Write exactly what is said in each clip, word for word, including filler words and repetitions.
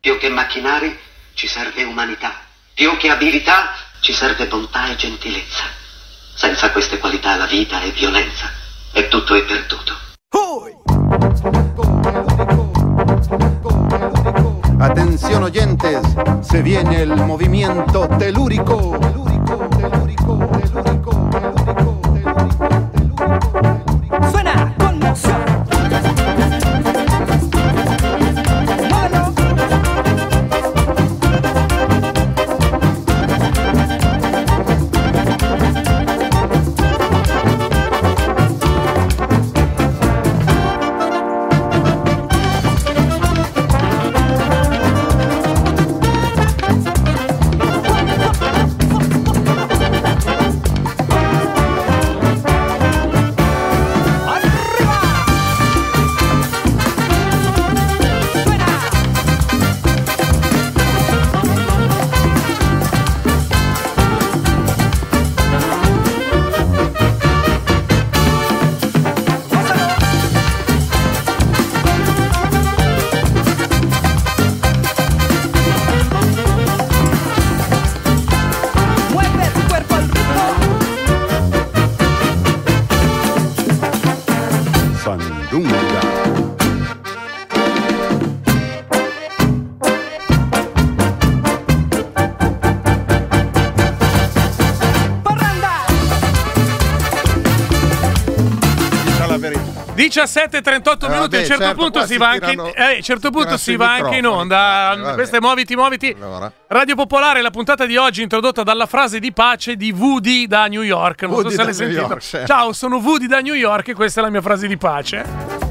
Più che macchinari ci serve umanità, più che abilità ci serve bontà e gentilezza. Senza queste qualità la vita è violenza e tutto è perduto. Atención oyentes, se viene el movimiento telúrico. Telúrico, telúrico, telúrico, telúrico, telúrico, telúrico. Suena conmoción. diciassette e trentotto eh, minuti, vabbè, a un certo certo, punto si va anche in, eh, certo punto si va anche in onda. Vabbè. Questa è Muoviti Muoviti Allora. Radio Popolare, la puntata di oggi introdotta dalla frase di pace di Woody da New York. Non Woody so se da l'hai New sentito. York, sì. Ciao, sono Woody da New York e questa è la mia frase di pace.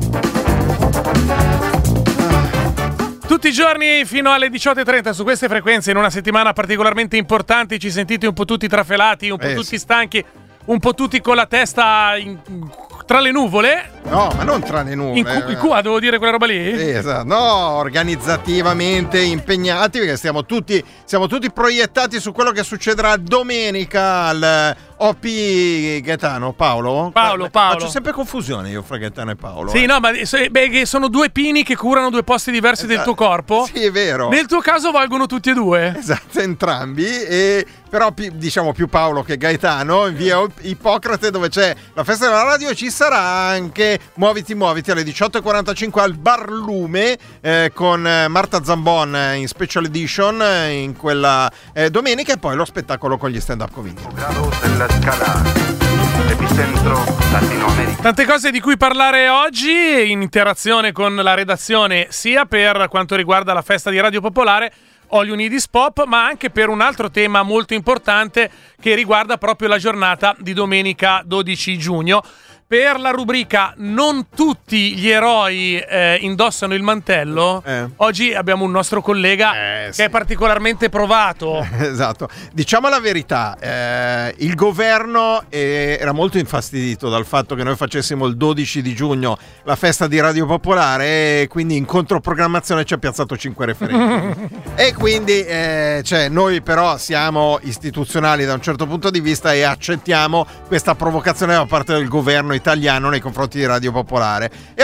Tutti i giorni fino alle diciotto e trenta su queste frequenze, in una settimana particolarmente importante, ci sentite un po' tutti trafelati, un po' Eh, tutti sì. stanchi, un po' tutti con la testa in- tra le nuvole. No, ma non tra le nuvole. In, cu- in qua devo dire quella roba lì? Sì, esatto. No, organizzativamente impegnati perché stiamo tutti, siamo tutti proiettati su quello che succederà domenica al O P Gaetano. Paolo? Paolo, Paolo. Faccio sempre confusione io fra Gaetano e Paolo. Sì, eh. no, ma se- beh, che sono due pini che curano due posti diversi del tuo corpo. Sì, è vero. Nel tuo caso valgono tutti e due. Esatto, entrambi. E però pi- diciamo più Paolo che Gaetano. In via Ippocrate, dove c'è la festa della radio, ci sarà anche Muoviti Muoviti alle diciotto e quarantacinque al Barlume eh, con eh, Marta Zambon eh, in special edition eh, in quella eh, domenica, e poi lo spettacolo con gli stand up comedy. Grado della Scala, epicentro Latinoamerica. Tante cose di cui parlare oggi in interazione con la redazione, sia per quanto riguarda la festa di Radio Popolare All You Need Is Pop, ma anche per un altro tema molto importante che riguarda proprio la giornata di domenica dodici giugno. Per la rubrica Non tutti gli eroi eh, indossano il mantello, Eh. oggi abbiamo un nostro collega Eh, che sì. è particolarmente provato. Esatto, diciamo la verità, eh, il governo eh, era molto infastidito dal fatto che noi facessimo il dodici di giugno la festa di Radio Popolare, e quindi in controprogrammazione ci ha piazzato cinque referendum. E quindi eh, cioè, noi però siamo istituzionali da un certo punto di vista e accettiamo questa provocazione da parte del governo italiano nei confronti di Radio Popolare, e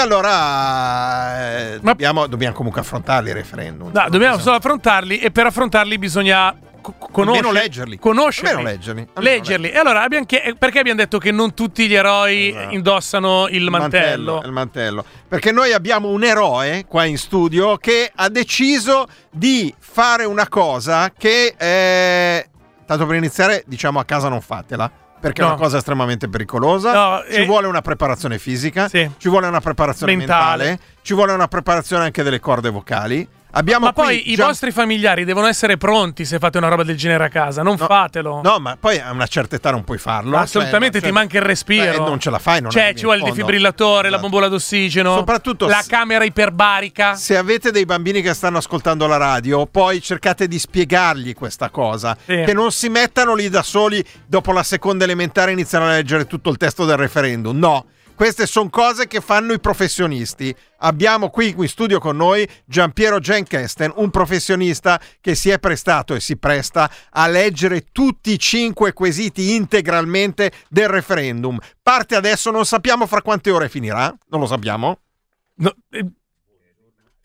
allora eh, Ma- dobbiamo, dobbiamo comunque affrontarli i referendum. No, dobbiamo solo affrontarli, e per affrontarli bisogna co- conoscere, Almeno leggerli. conoscerli, Almeno leggerli. Almeno leggerli. E allora abbiamo che- perché abbiamo detto che non tutti gli eroi Esatto. indossano il mantello? il mantello, perché noi abbiamo un eroe qua in studio che ha deciso di fare una cosa che eh, tanto per iniziare, diciamo, a casa non fatela, perché No. è una cosa estremamente pericolosa. No, ci eh, vuole una preparazione fisica, Sì. ci vuole una preparazione Mentale. mentale, ci vuole una preparazione anche delle corde vocali. Abbiamo Ma qui poi i Gian- vostri familiari devono essere pronti se fate una roba del genere a casa, non No, fatelo. No, ma poi a una certa età non puoi farlo. Assolutamente, cioè, ti manca il respiro. eh, non ce la fai, non Cioè, arrivi ci vuole in il fondo. defibrillatore, la Esatto. bombola d'ossigeno, Soprattutto la se- camera iperbarica. Se avete dei bambini che stanno ascoltando la radio, poi cercate di spiegargli questa cosa, Sì. che non si mettano lì da soli dopo la seconda elementare e iniziano a leggere tutto il testo del referendum. No, queste sono cose che fanno i professionisti. Abbiamo qui in studio con noi Giampiero Genkesten, un professionista che si è prestato e si presta a leggere tutti i cinque quesiti integralmente del referendum. Parte adesso, non sappiamo fra quante ore finirà, non lo sappiamo. No, eh,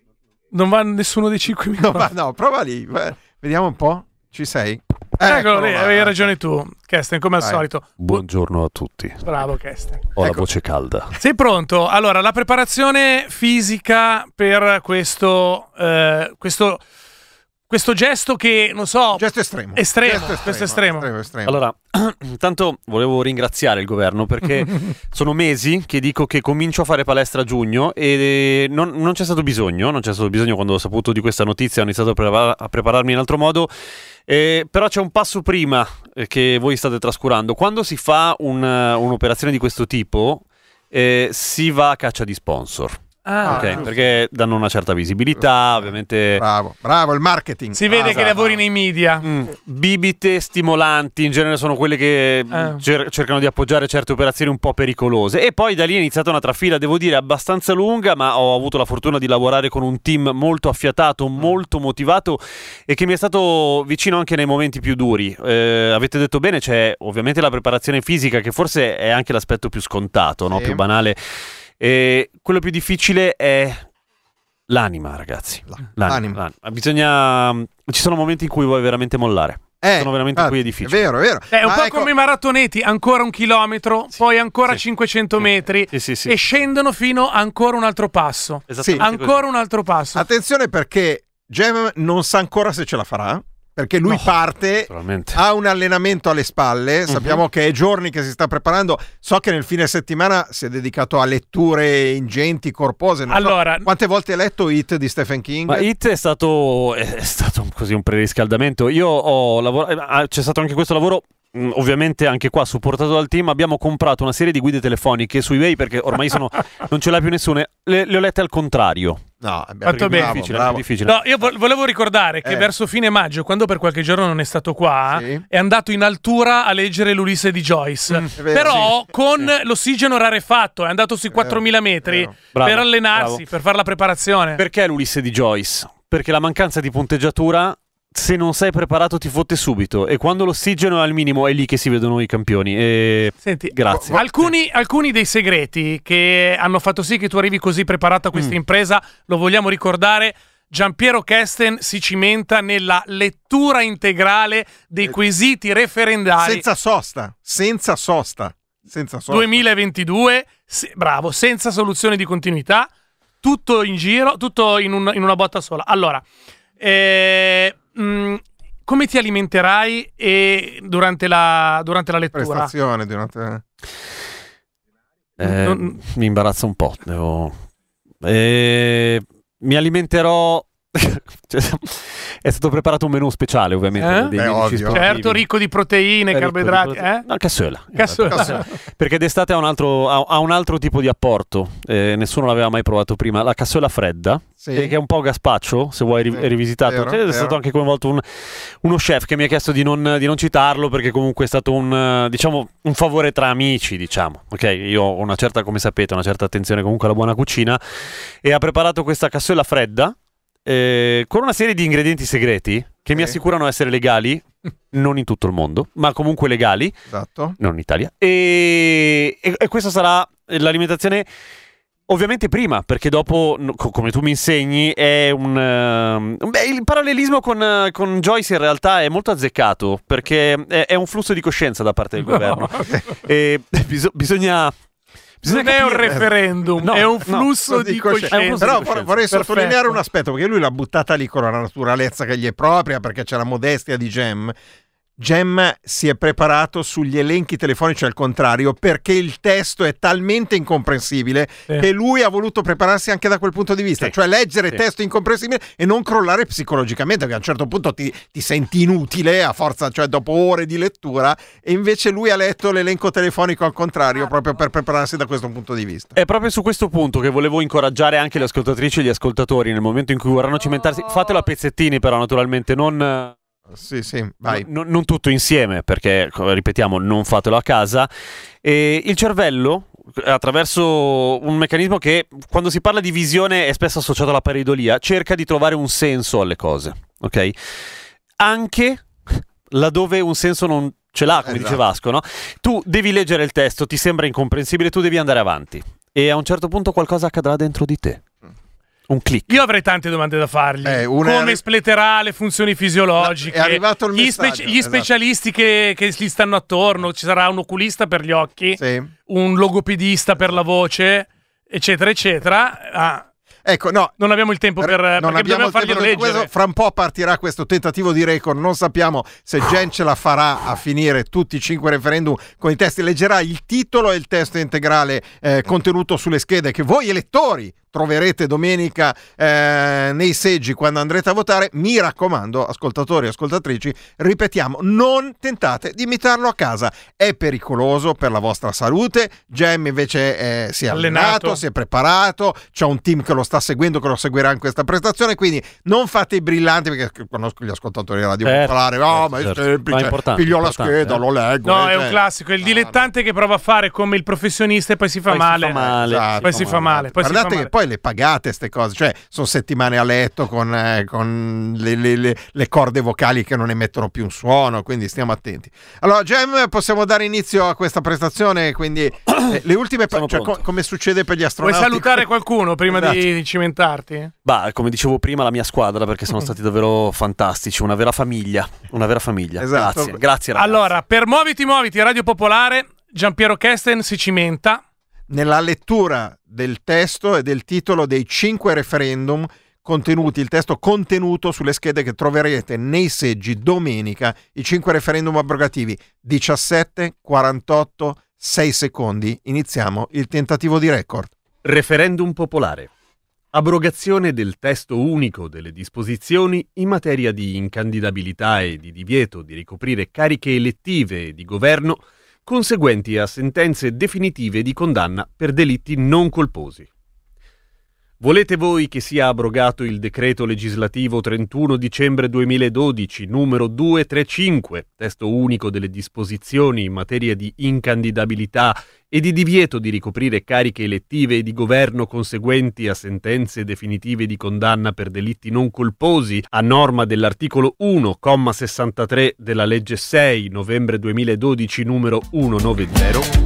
Non va nessuno dei cinque No, microfoni. va, no, prova lì. Beh, vediamo un po'. Ci sei? Eccolo lì, là. avevi ragione tu, Kesten, come al Vai. solito. Buongiorno a tutti. Bravo, Kesten. Ho la Ecco. voce calda. Sei pronto? Allora, la preparazione fisica per questo, eh, questo, questo gesto che, non so... Gesto estremo. Estremo, Gesto questo estremo. estremo, estremo. Allora, intanto volevo ringraziare il governo perché sono mesi che dico che comincio a fare palestra a giugno e non, non c'è stato bisogno, non c'è stato bisogno quando ho saputo di questa notizia, ho iniziato a, prepar- a prepararmi in altro modo, eh, però c'è un passo prima eh, che voi state trascurando. Quando si fa un, un'operazione di questo tipo eh, si va a caccia di sponsor. Ah, Ok, giusto. perché danno una certa visibilità, ovviamente. Bravo, bravo, il marketing. si vede Ah, che lavori nei media. Mm, bibite stimolanti in genere sono quelle che Eh. cer- cercano di appoggiare certe operazioni un po' pericolose e poi da lì è iniziata una trafila, devo dire abbastanza lunga, ma ho avuto la fortuna di lavorare con un team molto affiatato, molto motivato e che mi è stato vicino anche nei momenti più duri. Eh, avete detto bene, c'è ovviamente la preparazione fisica che forse è anche l'aspetto più scontato, no? Sì. Più banale. E quello più difficile è l'anima, ragazzi. La- L'anima, l'anima. l'anima. Bisogna. Ci sono momenti in cui vuoi veramente mollare. Eh, sono veramente infatti, qui è difficile. È vero, è vero. È un Ma po' ecco, come i maratoneti, ancora un chilometro, poi ancora Sì. cinquecento metri Sì, sì, sì. e scendono fino a ancora un altro passo. Esattamente Ancora un altro passo. attenzione perché Gem non sa ancora se ce la farà, perché lui No, parte, naturalmente. ha un allenamento alle spalle, Mhm. sappiamo che è giorni che si sta preparando, so che nel fine settimana si è dedicato a letture ingenti, corpose. Non so Allora, quante volte hai letto It di Stephen King? Ma It è stato, è stato così un preriscaldamento. Io ho lavorato, c'è stato anche questo lavoro. mh, Ovviamente anche qua supportato dal team abbiamo comprato una serie di guide telefoniche su eBay perché ormai sono, non ce l'ha più nessuno, le, le ho lette al contrario. No, è Fatto bene. bravo, difficile, bravo. è difficile. no, io vo- volevo ricordare che Eh. verso fine maggio, quando per qualche giorno non è stato qua, Sì. è andato in altura a leggere l'Ulisse di Joyce. Mm, è vero, Però con l'ossigeno rarefatto è andato sui quattromila metri vero. Bravo, per allenarsi, bravo. per fare la preparazione. Perché l'Ulisse di Joyce? Perché la mancanza di punteggiatura, se non sei preparato, ti fotte subito. E quando l'ossigeno è al minimo, è lì che si vedono i campioni. E... Senti, Grazie. Alcuni, alcuni dei segreti che hanno fatto sì che tu arrivi così preparato a questa Mm. impresa, lo vogliamo ricordare. Giampiero Kesten si cimenta nella lettura integrale dei Eh, quesiti referendari Senza sosta, senza sosta, senza sosta. duemilaventidue. se- bravo, senza soluzione di continuità, tutto in giro, tutto in, un- in una botta sola. Allora, eh, mh, come ti alimenterai e durante la, durante la lettura? Prestazione di una... Eh, Non- mi imbarazza un po'. Devo... Eh, mi alimenterò. Cioè, è stato preparato un menù speciale, ovviamente. Eh? dei Beh, medici ovvio. sportivi. Certo, ricco di proteine, È ricco di carboidrati. prote- Eh? No, cassola. Cassola. Perché d'estate ha un altro, ha, ha un altro tipo di apporto. Eh, nessuno l'aveva mai provato prima. La cassola fredda, Sì. eh, che è un po' gazpacho, se vuoi ri- Sì, rivisitato. vero, C'è vero. stato anche coinvolto un- uno chef che mi ha chiesto di non, di non citarlo perché comunque è stato un, eh, diciamo, un favore tra amici, diciamo. Ok, io ho una certa, come sapete, una certa attenzione comunque alla buona cucina e ha preparato questa cassola fredda eh, con una serie di ingredienti segreti che mi Sì. assicurano essere legali, non in tutto il mondo, ma comunque legali, Esatto. non in Italia. E, e, e questa sarà l'alimentazione. Ovviamente prima, perché dopo, no, co- come tu mi insegni, è un... ehm, beh, il parallelismo con, eh, con Joyce in realtà è molto azzeccato, perché è, è un flusso di coscienza da parte del governo. E biso- bisogna... bisogna Non è un capire- referendum, No, è un no, flusso di coscienza. È un coscienza. flusso Però di vor- coscienza. vorrei Perfetto. sottolineare un aspetto, perché lui l'ha buttata lì con la naturalezza che gli è propria, perché c'è la modestia di Gem. Gem si è preparato sugli elenchi telefonici al contrario, perché il testo è talmente incomprensibile Sì. che lui ha voluto prepararsi anche da quel punto di vista, Sì. cioè leggere Sì. testo incomprensibile e non crollare psicologicamente, perché a un certo punto ti, ti senti inutile a forza, cioè dopo ore di lettura, e invece lui ha letto l'elenco telefonico al contrario proprio per prepararsi da questo punto di vista. È proprio su questo punto che volevo incoraggiare anche le ascoltatrici e gli ascoltatori nel momento in cui vorranno cimentarsi. Fatelo a pezzettini, però, naturalmente, non... Sì, sì, vai. No- non tutto insieme, perché, co- ripetiamo, non fatelo a casa. E il cervello, attraverso un meccanismo che, quando si parla di visione, è spesso associato alla pareidolia, cerca di trovare un senso alle cose, ok? Anche laddove un senso non ce l'ha, come Esatto. dice Vasco, no? Tu devi leggere il testo, ti sembra incomprensibile, tu devi andare avanti. E a un certo punto qualcosa accadrà dentro di te. Un click. Io avrei tante domande da fargli. Eh, Come arri- spletterà le funzioni fisiologiche? È arrivato il gli, messaggio, speci- gli esatto. specialisti che, che gli stanno attorno. Ci sarà un oculista per gli occhi, Sì. un logopedista per la voce, eccetera, eccetera. Ah, Ecco, no, non abbiamo il tempo per non perché abbiamo dobbiamo il tempo farglielo di questo. leggere. Fra un po' partirà questo tentativo di record. Non sappiamo se Gen ce la farà a finire tutti i cinque referendum con i testi. Leggerà il titolo e il testo integrale eh, contenuto sulle schede che voi elettori troverete domenica eh, nei seggi quando andrete a votare. Mi raccomando, ascoltatori e ascoltatrici, ripetiamo, non tentate di imitarlo a casa, è pericoloso per la vostra salute. Gem invece eh, si è allenato, Allenato. si è preparato, c'è un team che lo sta seguendo, che lo seguirà in questa prestazione, quindi non fate i brillanti, perché conosco gli ascoltatori di Radio Certo, Popolare, oh, certo, ma è certo. semplice, Ma è importante, piglio la importante, scheda, eh. lo leggo. No, eh, è un cioè. classico. È il dilettante che prova a fare come il professionista e poi si fa Poi si male. fa male. Esatto. Poi si fa male. Poi si Guardate fa che male. poi le pagate queste cose, cioè sono settimane a letto con, eh, con le, le- le- le corde vocali che non emettono più un suono, quindi stiamo attenti. Allora, Gem, possiamo dare inizio a questa prestazione, quindi eh, le ultime, pa- Sono cioè, pronto. co- come succede per gli Vuoi astronauti. salutare qualcuno prima Esatto. di cimentarti? Bah, come dicevo prima, la mia squadra, perché sono stati davvero fantastici, una vera famiglia, una vera famiglia. Esatto. Grazie, grazie ragazzi. Allora, per Muoviti Muoviti Radio Popolare, Giampiero Kesten si cimenta. Nella lettura del testo e del titolo dei cinque referendum contenuti, il testo contenuto sulle schede che troverete nei seggi domenica, i cinque referendum abrogativi. Diciassette, quarantotto, sei secondi. Iniziamo il tentativo di record. Referendum popolare. Abrogazione del testo unico delle disposizioni in materia di incandidabilità e di divieto di ricoprire cariche elettive e di governo conseguenti a sentenze definitive di condanna per delitti non colposi. Volete voi che sia abrogato il decreto legislativo trentuno dicembre duemiladodici numero duecentotrentacinque, testo unico delle disposizioni in materia di incandidabilità e di divieto di ricoprire cariche elettive e di governo conseguenti a sentenze definitive di condanna per delitti non colposi, a norma dell'articolo uno, comma sessantatré della legge sei novembre duemiladodici numero centonovanta.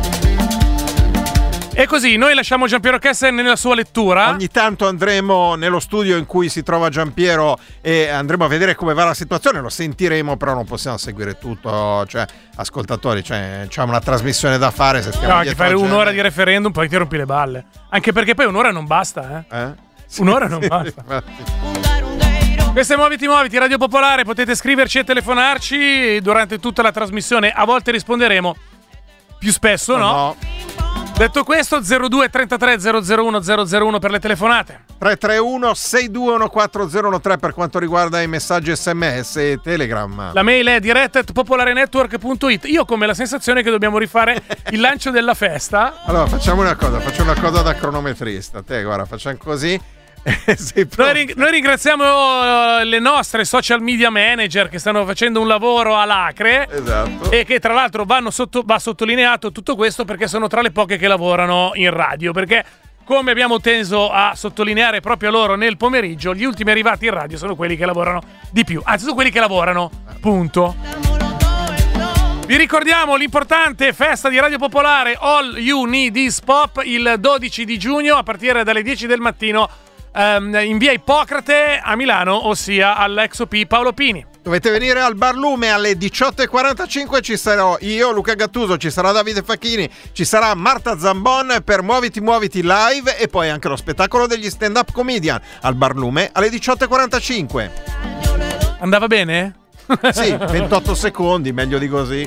E così, noi lasciamo Giampiero Kesten nella sua lettura. Ogni tanto andremo nello studio in cui si trova Giampiero e andremo a vedere come va la situazione, lo sentiremo, però non possiamo seguire tutto, cioè ascoltatori, cioè c'è una trasmissione da fare, se stiamo No, che dietro fare la gente. un'ora di referendum poi ti rompi le balle. Anche perché poi un'ora non basta, eh. Eh? Sì, Un'ora non sì, basta. infatti. Questo è Muoviti Muoviti Radio Popolare, potete scriverci e telefonarci durante tutta la trasmissione, a volte risponderemo, più spesso no. No. Detto questo, zero due trentatré zero zero uno zero zero uno per le telefonate. tre tre uno sei due uno quattro zero uno tre per quanto riguarda i messaggi sms e telegram. La mail è diretta at popolarenetwork punto it. Io ho come la sensazione che dobbiamo rifare il lancio della festa. Allora facciamo una cosa, facciamo una cosa da cronometrista. Te guarda, facciamo così. Sei pronto? Noi, ring- noi ringraziamo uh, le nostre social media manager che stanno facendo un lavoro alacre. Esatto. E che tra l'altro vanno sotto- va sottolineato tutto questo perché sono tra le poche che lavorano in radio. Perché, come abbiamo teso a sottolineare proprio loro nel pomeriggio, gli ultimi arrivati in radio sono quelli che lavorano di più. Anzi, sono quelli che lavorano. Punto. Vi ricordiamo l'importante festa di Radio Popolare All You Need Is Pop il dodici di giugno a partire dalle dieci del mattino um, in via Ippocrate a Milano, ossia all'Ex O P Paolo Pini. Dovete venire al Barlume alle diciotto e quarantacinque, ci sarò io, Luca Gattuso, ci sarà Davide Facchini, ci sarà Marta Zambon per Muoviti Muoviti Live e poi anche lo spettacolo degli stand-up comedian al Barlume alle diciotto e quarantacinque. Andava bene? Sì, ventotto secondi, meglio di così.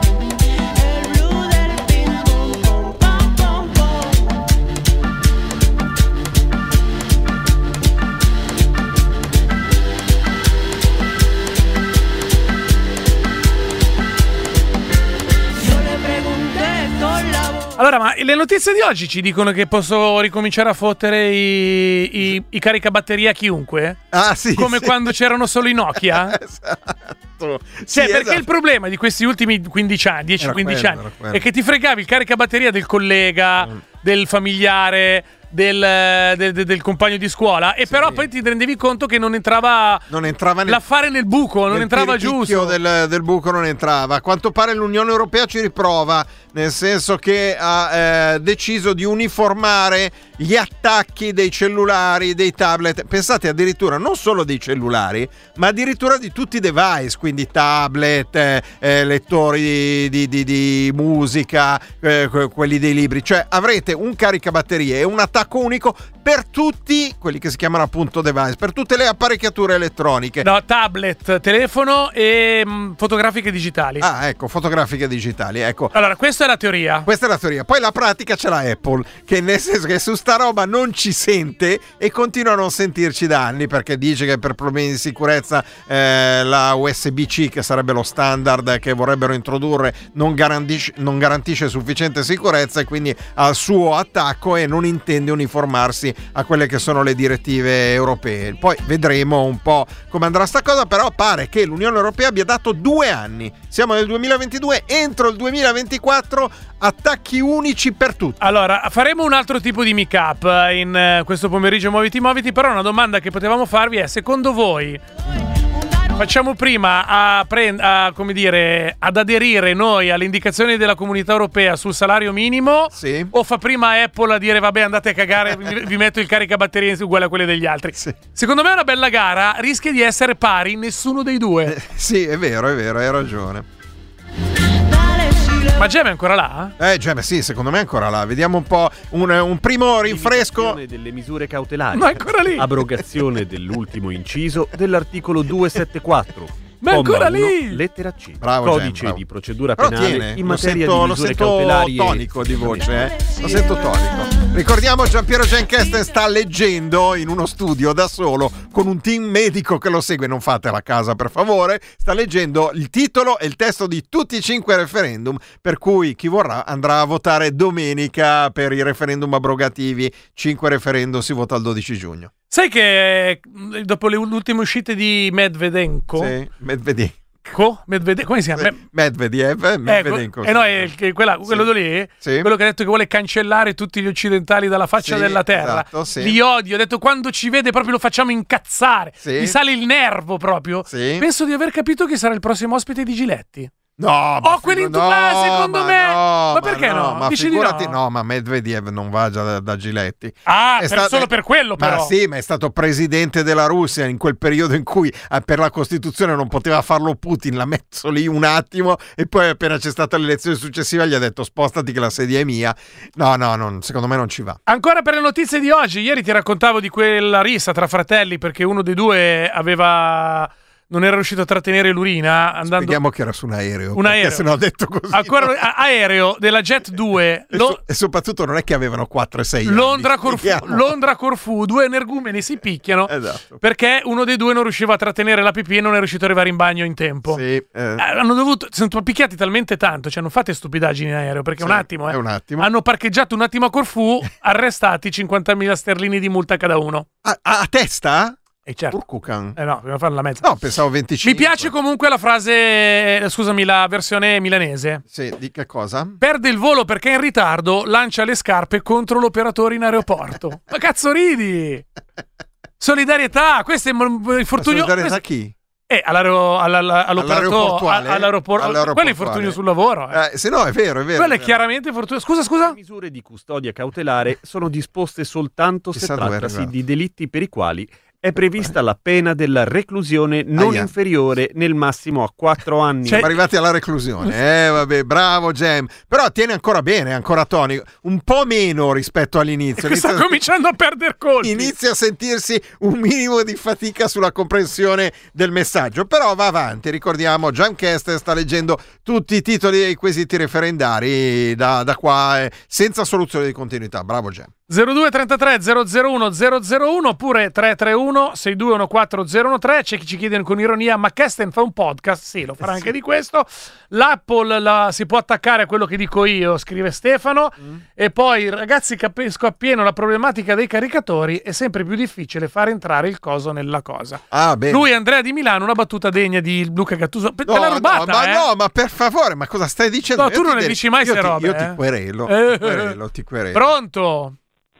Allora, ma le notizie di oggi ci dicono che posso ricominciare a fottere i, i, i caricabatterie a chiunque? Ah, sì. Come sì. quando c'erano solo i Nokia? Esatto. Cioè, Sì, perché esatto. il problema di questi ultimi quindici anni, dieci Era quindici quello, anni, era quello. è che ti fregavi il caricabatteria del collega, Mm. del familiare, del, del, del, del compagno di scuola, e sì. Però poi ti rendevi conto che non entrava, non entrava nel, l'affare nel buco, non entrava giusto. Del, del buco non entrava. A quanto pare l'Unione Europea ci riprova, nel senso che ha eh, deciso di uniformare gli attacchi dei cellulari, dei tablet. Pensate addirittura non solo dei cellulari, ma addirittura di tutti i device, quindi tablet, eh, eh, lettori di, di, di musica, eh, quelli dei libri. Cioè avrete un caricabatterie e un attacco unico per tutti quelli che si chiamano appunto device, per tutte le apparecchiature elettroniche. No, tablet, telefono e mh, fotografiche digitali. Ah, ecco, fotografiche digitali, ecco. Allora, questa è la teoria. Questa è la teoria. Poi la pratica ce l'ha Apple, che nel senso che su sta roba non ci sente e continua a non sentirci da anni, perché dice che per problemi di sicurezza eh, la U S B C, che sarebbe lo standard che vorrebbero introdurre, non garantisce, non garantisce sufficiente sicurezza e quindi ha il suo attacco e non intende uniformarsi a quelle che sono le direttive europee. Poi vedremo un po' come andrà sta cosa, però pare che l'Unione Europea abbia dato due anni. Siamo nel duemilaventidue, entro il duemilaventiquattro attacchi unici per tutti. Allora, faremo un altro tipo di meetup in uh, questo pomeriggio Muoviti Muoviti, però una domanda che potevamo farvi è: secondo voi facciamo prima a, prend- a come dire ad aderire noi alle indicazioni della Comunità Europea sul salario minimo, sì, o fa prima Apple a dire vabbè andate a cagare, vi, vi metto il caricabatterie uguale a quelle degli altri? Sì. Secondo me è una bella gara, rischia di essere pari nessuno dei due. Eh, sì, è vero, è vero, hai ragione. Ma Gem è ancora là? Eh, Gem, sì, secondo me è ancora là. Vediamo un po' un, un primo rinfresco delle misure cautelari. Ma è ancora lì. Abrogazione dell'ultimo inciso dell'articolo duecentosettantaquattro. Ma è ancora uno, lì. lettera C. Bravo, Codice Gem, bravo. Di procedura Però penale tiene, in lo materia sento, di lo misure sento cautelari tonico e... di voce, eh? Lo sento tonico. Ricordiamo, Giampiero Genkesten sta leggendo in uno studio da solo con un team medico che lo segue. Non fatela a casa, per favore. Sta leggendo il titolo e il testo di tutti i cinque referendum, per cui chi vorrà andrà a votare domenica per i referendum abrogativi. Cinque referendum, si vota il dodici giugno. Sai che dopo le ultime uscite di Medvedenko, sì, Medvedenko. Co? Medvede- come si chiama? Medvedev, Medvedenko. Eh, no, è il, quella, quello sì. lì, sì. quello che ha detto che vuole cancellare tutti gli occidentali dalla faccia sì, della terra. Esatto, sì. Li odio, ha detto quando ci vede proprio lo facciamo incazzare. Sì. Gli sale il nervo proprio. Sì. Penso di aver capito che sarà il prossimo ospite di Giletti. No, ma oh, quelli in tu- no, ah, secondo ma me. No, ma perché ma no? no? Ma Dici figurati, di no? no, ma Medvedev non va già da, da Giletti. Ah, è per, stato, solo per quello, però. Ma sì, ma è stato presidente della Russia in quel periodo in cui eh, per la Costituzione non poteva farlo Putin, l'ha messo lì un attimo e poi appena c'è stata l'elezione successiva gli ha detto spostati che la sedia è mia. No, no, non, secondo me non ci va. Ancora per le notizie di oggi, ieri ti raccontavo di quella rissa tra fratelli perché uno dei due aveva... non era riuscito a trattenere l'urina andando... Spieghiamo che era su un aereo. Un aereo. Se no ho detto così. Ancora no? Aereo della Jet due. E, Lo... so- e soprattutto non è che avevano quattro e sei Londra anni. Corfù, Londra Corfù, due energumeni si picchiano esatto. perché uno dei due non riusciva a trattenere la pipì e non è riuscito ad arrivare in bagno in tempo. Sì, eh. Hanno dovuto, si sono picchiati talmente tanto, cioè non fate stupidaggini in aereo perché Sì, un attimo, eh. è un attimo. Hanno parcheggiato un attimo a Corfù, arrestati cinquantamila sterlini di multa cada uno. A, a testa? E certo. Urkukan. Eh no, dobbiamo fare la mezza. No, pensavo venticinque. Mi piace comunque la frase, eh, scusami, la versione milanese. Sì, di che cosa? Perde il volo perché è in ritardo, lancia le scarpe contro l'operatore in aeroporto. Ma cazzo ridi? Solidarietà, questo è il fortunio. Solidarietà questo... chi? Eh, all'aero, all'operatore, all'aeroportuale, all'aeroporto, quello è infortunio sul lavoro. Eh. Eh, se no, è vero, è vero. Quello è è vero. chiaramente infortunio. Scusa, scusa. Le misure di custodia cautelare sono disposte soltanto se Chissà dove è trattasi arrivato. di delitti per i quali è prevista la pena della reclusione non Aia. inferiore nel massimo a quattro anni. Cioè- Siamo arrivati alla reclusione. Eh, vabbè, bravo Gem. Però tiene ancora bene, ancora tonico. Un po' meno rispetto all'inizio. Che sta Inizia- cominciando a perdere colpi. Inizia a sentirsi un minimo di fatica sulla comprensione del messaggio, però va avanti. Ricordiamo, Gian Kester sta leggendo tutti i titoli dei quesiti referendari da, da qua, eh, senza soluzione di continuità. Bravo Gian. zero due trentatré zero zero uno zero zero uno oppure tre tre uno sei due uno quattro zero uno tre. C'è chi ci chiede con ironia: ma Kesten fa un podcast? Sì, lo farà anche di questo. L'Apple la, si può attaccare a quello che dico io, scrive Stefano. Mm. E poi, ragazzi, capisco appieno la problematica dei caricatori. È sempre più difficile far entrare il coso nella cosa. Ah, bene. Lui, Andrea Di Milano, una battuta degna di Luca Gattuso. Te No, l'ha rubata, no, ma eh? no, ma per favore, ma cosa stai dicendo? No, Io tu ti non ne de- dici mai io ste ti- robe, Io eh? ti querelo, Eh. ti querelo, ti querelo. Pronto?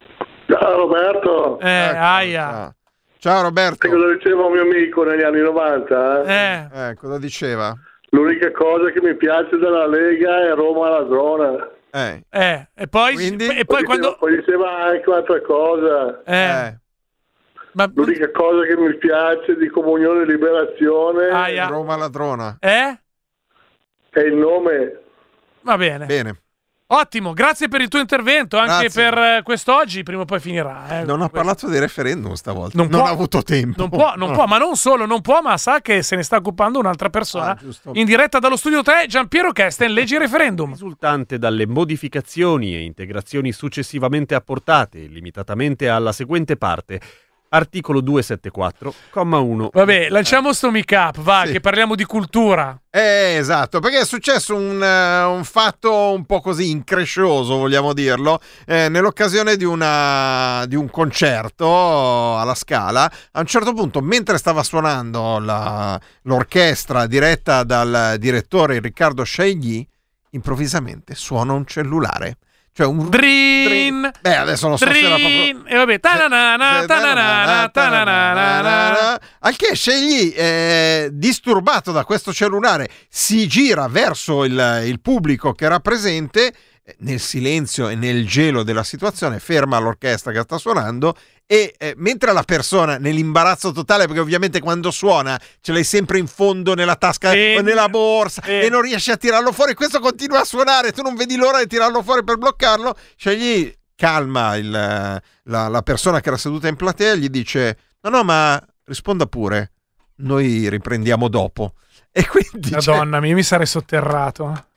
Ciao Roberto. Eh, Ecco, aia. ciao. Ciao Roberto. Sai cosa diceva un mio amico negli anni novanta? Eh? Eh. Eh, cosa diceva? L'unica cosa che mi piace della Lega è Roma ladrona. Eh, Eh, e poi, Quindi? e poi Poi, quando diceva, poi diceva anche un'altra cosa. eh, eh, ma L'unica cosa che mi piace di Comunione e Liberazione aia. Roma ladrona. Eh? è il nome. Va bene. Bene. Ottimo, grazie per il tuo intervento anche Grazie. per eh, quest'oggi, prima o poi finirà. eh. Non ho Questo- parlato di referendum stavolta. Non Non, può- ho avuto tempo. Non può, non può, ma non solo, non può, ma sa che se ne sta occupando un'altra persona. Ah, giusto. In diretta dallo studio tre, Giampiero Kesten, leggi referendum. Risultante dalle modificazioni e integrazioni successivamente apportate, limitatamente alla seguente parte. Articolo duecentosettantaquattro, comma uno. Vabbè, lanciamo sto mic up, va, Sì. che parliamo di cultura. Eh, esatto, perché è successo un, eh, un fatto un po' così increscioso, vogliamo dirlo, eh, nell'occasione di, una, di un concerto alla Scala. A un certo punto, mentre stava suonando la- l'orchestra diretta dal direttore Riccardo Scegli, improvvisamente suona un cellulare. Cioè un Drin! Beh, adesso non so se era proprio... Drin! E vabbè, tananana, tananana, tananana. Al che Scegli, eh, disturbato da questo cellulare, si gira verso il, il pubblico che era presente, eh, nel silenzio e nel gelo della situazione, ferma l'orchestra che sta suonando e eh, mentre la persona, nell'imbarazzo totale, perché ovviamente quando suona ce l'hai sempre in fondo nella tasca Sì. o nella borsa Sì. e non riesci a tirarlo fuori, questo continua a suonare, tu non vedi l'ora di tirarlo fuori per bloccarlo, Scegli calma il, la, la persona che era seduta in platea e gli dice no no ma risponda pure, noi riprendiamo dopo. E quindi Madonna mia, mi sarei sotterrato.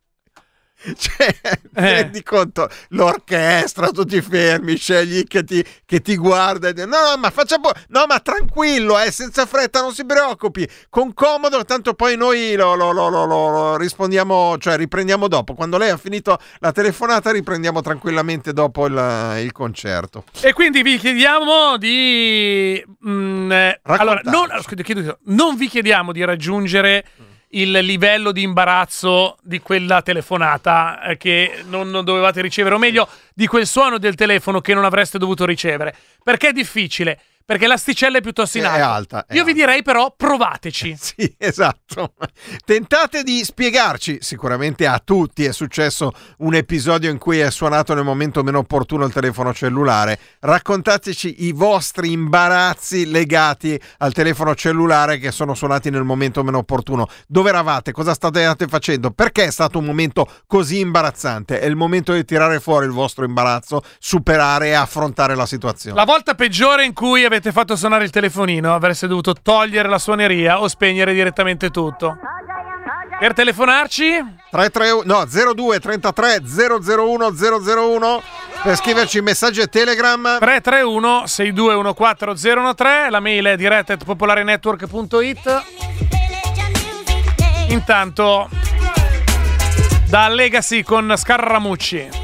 cioè, Eh. ti rendi conto, l'orchestra, tutti fermi, Scegli che ti, che ti guarda e dice, no no ma faccia po- no ma tranquillo, eh, senza fretta, non si preoccupi, con comodo, tanto poi noi lo, lo, lo, lo, lo- lo rispondiamo, cioè riprendiamo dopo, quando lei ha finito la telefonata riprendiamo tranquillamente dopo il, il concerto. E quindi vi chiediamo di... mm, eh, allora, non, scusi, chiedo- non vi chiediamo di raggiungere il livello di imbarazzo di quella telefonata eh, che non, non dovevate ricevere, o meglio, di quel suono del telefono che non avreste dovuto ricevere. Perché è difficile? Perché l'asticella è piuttosto in È alto. alta, è Io vi alta. direi però provateci. Sì, esatto. Tentate di spiegarci, sicuramente a tutti è successo un episodio in cui è suonato nel momento meno opportuno il telefono cellulare. Raccontateci i vostri imbarazzi legati al telefono cellulare che sono suonati nel momento meno opportuno. Dove eravate? Cosa state facendo? Perché è stato un momento così imbarazzante? È il momento di tirare fuori il vostro imbarazzo, superare e affrontare la situazione. La volta peggiore in cui avete fatto suonare il telefonino, avreste dovuto togliere la suoneria o spegnere direttamente tutto. Per telefonarci? tre tre no zero due trentatré zero zero uno zero zero uno per scriverci messaggi e Telegram. tre tre uno sei due uno quattro zero uno tre, la mail è diretta at popolarenetwork punto it. Intanto da Legacy con Scarramucci.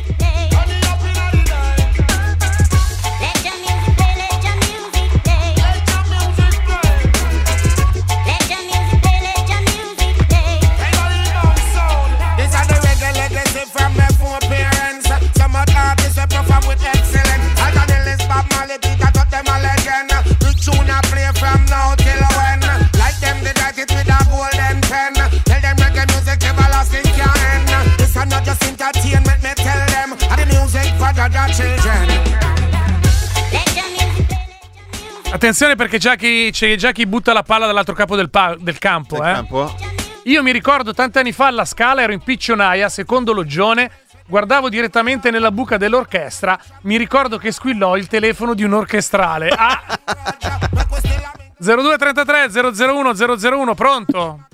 Attenzione perché già chi, c'è già chi butta la palla dall'altro capo del, pa- del campo, Del eh. campo? Io mi ricordo tanti anni fa alla Scala ero in piccionaia, secondo Loggione, guardavo direttamente nella buca dell'orchestra, mi ricordo che squillò il telefono di un orchestrale. Ah! zero due trentatré zero zero uno zero zero uno, pronto?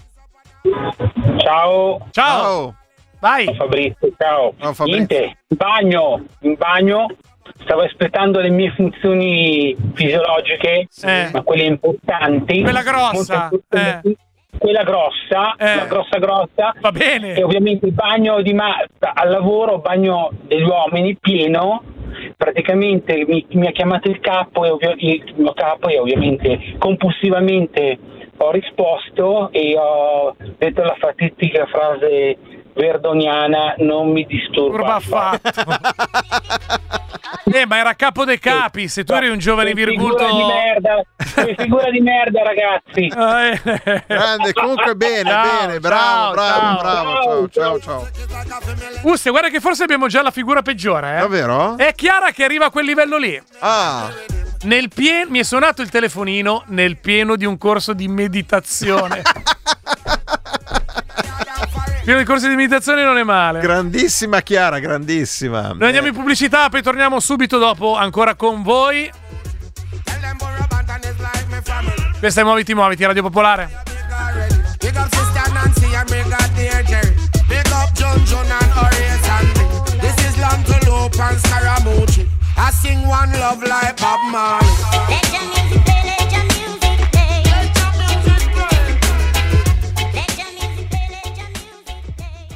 Ciao. Ciao, Ciao. vai. Fabrizio, ciao. Ciao, Fabrizio. Niente, in bagno, in bagno stavo aspettando le mie funzioni fisiologiche, Eh. ma quelle importanti. Quella grossa, molto importanti. Quella grossa, Eh. la grossa grossa. Va bene. E ovviamente il bagno di ma- al lavoro, bagno degli uomini pieno. Praticamente mi, mi ha chiamato il capo e ovvio- il mio capo e ovviamente compulsivamente ho risposto e ho detto la fatidica frase verdoniana: non mi disturba Turba affatto. affatto. Eh, ma era capo dei capi, se tu eri un giovane Che virgulto... figura di merda, che figura di merda, ragazzi. Grande, comunque bene, Ciao, bene, bravo, ciao, bravo, ciao. bravo, ciao, ciao, ciao. Usse, guarda che forse abbiamo già la figura peggiore, eh. Davvero? È Chiara che arriva a quel livello lì. Ah, Nel pie- mi è suonato il telefonino nel pieno di un corso di meditazione. Pieno di corsi di meditazione non è male. grandissima Chiara, grandissima. Noi andiamo in pubblicità, poi torniamo subito dopo ancora con voi. Questa è Muoviti Muoviti, Radio Popolare. Big up Sister Nancy and big up dear Jerry. Big up John John and Horace and Lee. This is Lantelope and Scaramucci. I sing one love like Bob Marley. Let your music play, let your music play. Let your music play. Let your music play, let your music play.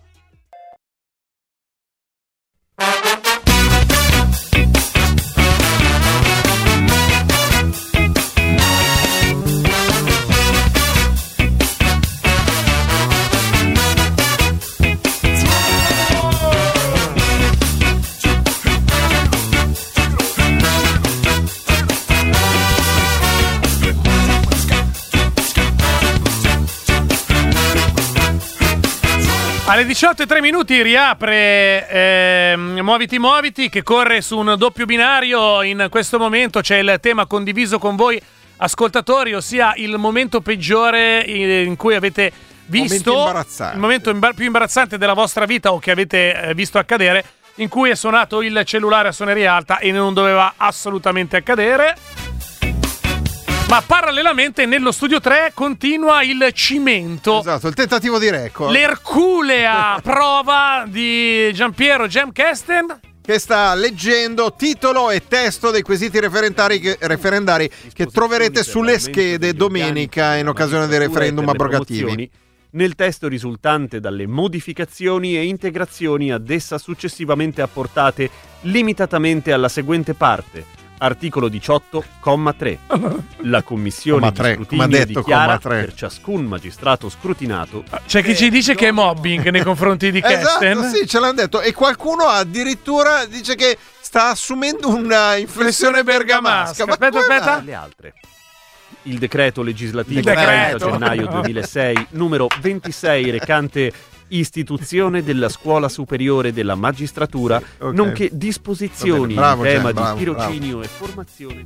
Alle diciotto e tre minuti riapre ehm, Muoviti Muoviti, che corre su un doppio binario. In questo momento c'è il tema condiviso con voi ascoltatori, ossia il momento peggiore in cui avete visto, Momento imbarazzante. il momento imba- più imbarazzante della vostra vita o che avete eh, visto accadere, in cui è suonato il cellulare a suoneria alta e non doveva assolutamente accadere. Ma parallelamente nello studio tre continua il cimento. Esatto, il tentativo di record. L'erculea prova di Giampiero Jamkesten, che sta leggendo titolo e testo dei quesiti referendari che, referendari che troverete sulle schede domenica in occasione dei referendum abrogativi. Nel testo risultante dalle modificazioni e integrazioni ad essa successivamente apportate limitatamente alla seguente parte. Articolo diciotto, comma tre. La commissione Comma di tre, scrutinio come ha detto, dichiara comma tre. per ciascun magistrato scrutinato. c'è chi ci dice che è mobbing nei confronti di Kesten. Esatto, sì, ce l'hanno detto. E qualcuno addirittura dice che sta assumendo una inflessione bergamasca. Ma Aspetta, come aspetta. mai? Le altre. Il decreto legislativo Decreto. trenta gennaio duemilasei numero ventisei recante istituzione della scuola superiore della magistratura, Ok. nonché disposizioni Va bene, bravo, in tema Gian, bravo, di tirocinio e formazione.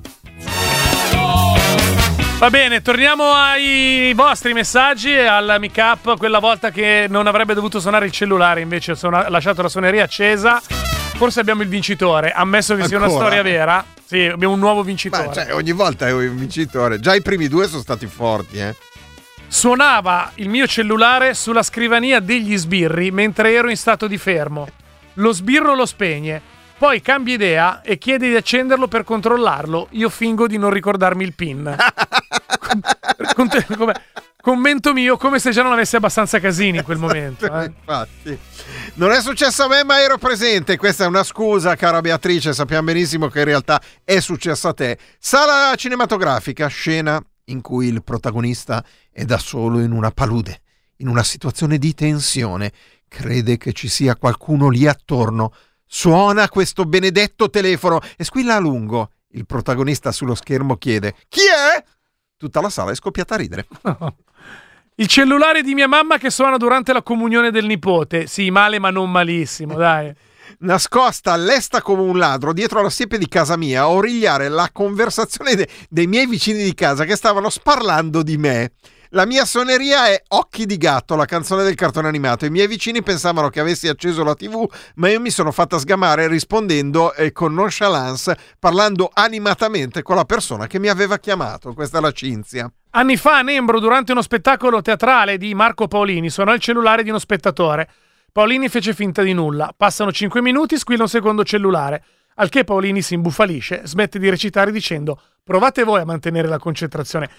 Va bene, torniamo ai vostri messaggi e al mic up. Quella volta che non avrebbe dovuto suonare il cellulare, invece ha lasciato la suoneria accesa. Forse abbiamo il vincitore, ammesso che sia una Ancora? storia vera. Sì, abbiamo un nuovo vincitore. Ma, cioè, ogni volta è un vincitore. Già i primi due sono stati forti, eh. Suonava il mio cellulare sulla scrivania degli sbirri mentre ero in stato di fermo. Lo sbirro lo spegne, poi cambia idea e chiede di accenderlo per controllarlo. Io fingo di non ricordarmi il PIN. Con- con- come- commento mio, come se già non avesse abbastanza casini in quel momento. Eh. Infatti, non è successo a me, ma ero presente. Questa è una scusa, cara Beatrice. Sappiamo benissimo che in realtà è successo a te. Sala cinematografica, scena in cui il protagonista è da solo in una palude, in una situazione di tensione. Crede che ci sia qualcuno lì attorno. Suona questo benedetto telefono e squilla a lungo. Il protagonista sullo schermo chiede: chi è? Tutta la sala è scoppiata a ridere. Il cellulare di mia mamma che suona durante la comunione del nipote. Sì, male ma non malissimo, dai. Nascosta lesta come un ladro dietro la siepe di casa mia a origliare la conversazione de- dei miei vicini di casa che stavano sparlando di me. La mia suoneria è Occhi di gatto, la canzone del cartone animato. I miei vicini pensavano che avessi acceso la tivù, ma io mi sono fatta sgamare rispondendo eh, con nonchalance, parlando animatamente con la persona che mi aveva chiamato. Questa è la Cinzia. Anni fa a Nembro, durante uno spettacolo teatrale di Marco Paolini, suonò il cellulare di uno spettatore. Paolini fece finta di nulla. Passano cinque minuti, squilla un secondo cellulare. Al che Paolini si imbufalisce, smette di recitare dicendo: provate voi a mantenere la concentrazione.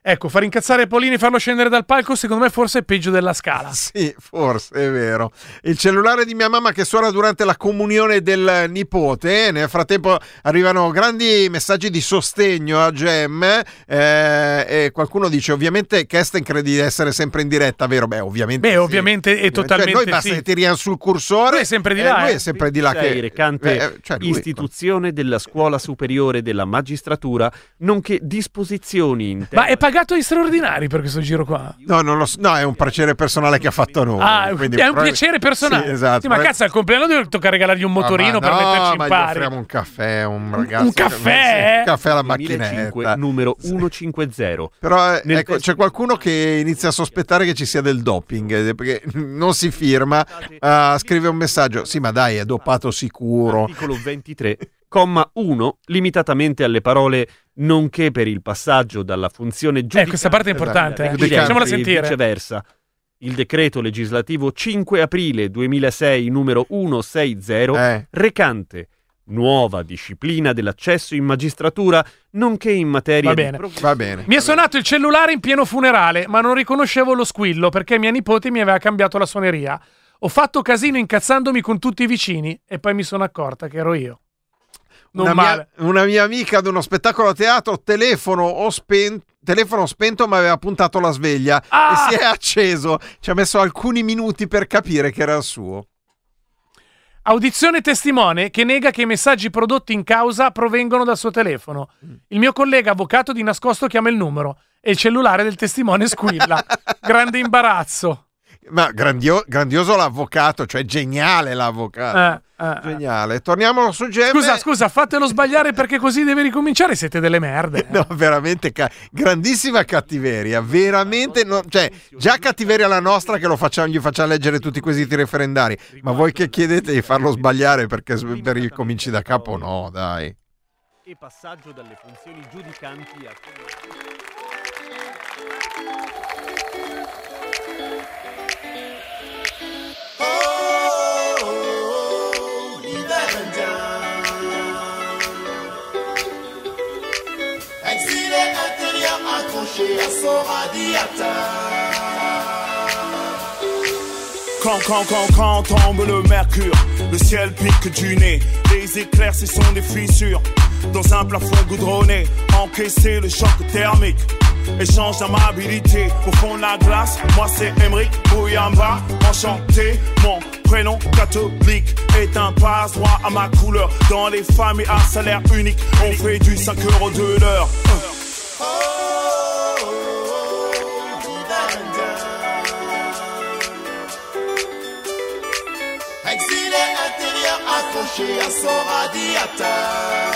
Ecco, far incazzare Paolini e farlo scendere dal palco, secondo me forse è peggio della Scala. Sì, forse, è vero. Il cellulare di mia mamma che suona durante la comunione del nipote. Nel frattempo arrivano grandi messaggi di sostegno a Gem. Eh, e qualcuno dice, ovviamente Kesten credi di essere sempre in diretta, vero? Beh, ovviamente Beh, sì. ovviamente è totalmente cioè, noi basta sì. che tiriamo sul cursore. Lui è sempre di eh, là, lui eh. è sempre di là. Sei Che, recante eh, cioè lui- istituzione della Scuola Superiore della Magistratura, nonché disposizioni in Ma è pagato ai straordinari per questo giro qua? No, non lo so. No, è un piacere personale che ha fatto a noi. Ah, quindi è un prob- piacere personale. Sì, esatto. Sì, ma cazzo, al compleanno devo tocca regalargli un motorino Ah, ma per no, metterci in ma gli pari. offriamo un caffè, un ragazzo. Un caffè? Sì, un caffè alla duemilacinque, macchinetta. numero centocinquanta. Però eh, Nel ecco, testo- c'è qualcuno che inizia a sospettare che ci sia del doping, eh, perché non si firma, uh, scrive un messaggio, sì ma dai è dopato sicuro. Articolo ventitré, comma uno, limitatamente alle parole nonché per il passaggio dalla funzione giudicante Eh, questa parte è importante, eh. Giudicante. Facciamola e sentire. viceversa. Il decreto legislativo cinque aprile duemilasei numero centosessanta, Eh. recante nuova disciplina dell'accesso in magistratura, nonché in materia Va di bene. pro- Va bene. Mi è suonato il cellulare in pieno funerale, ma non riconoscevo lo squillo perché mia nipote mi aveva cambiato la suoneria. Ho fatto casino incazzandomi con tutti i vicini e poi mi sono accorta che ero io. Non Una male. mia, una mia amica ad uno spettacolo a teatro, telefono ho spento, telefono spento ma aveva puntato la sveglia Ah! e si è acceso. Ci ha messo alcuni minuti per capire che era il suo. Audizione testimone che nega che i messaggi prodotti in causa provengono dal suo telefono. Il mio collega avvocato di nascosto chiama il numero e il cellulare del testimone squilla. Grande imbarazzo. Ma grandio- grandioso l'avvocato, cioè geniale l'avvocato. Eh, eh, eh. Geniale. Torniamo su Gem. Scusa, scusa, fatelo sbagliare perché così deve ricominciare. Siete delle merde. eh. No, veramente ca- grandissima cattiveria, veramente, no- cioè già cattiveria la nostra che lo facciamo, gli facciamo leggere tutti i quesiti referendari, ma voi che chiedete di farlo sbagliare perché s- per ricominci da capo, no, dai. e passaggio dalle funzioni giudicanti a Exilé intérieur accroché à son radiateur. Quand, quand, quand, quand tombe le mercure, le ciel pique du nez. Les éclairs, ce sont des fissures. Dans un plafond goudronné, encaisser le choc thermique. Échange d'amabilité au fond de la glace. Moi c'est Emric Bouyamba, enchanté. Mon prénom catholique est un passe-droit à ma couleur. Dans les familles à salaire unique, on fait du cinq euros de l'heure. Exilé intérieur accroché à son radiateur.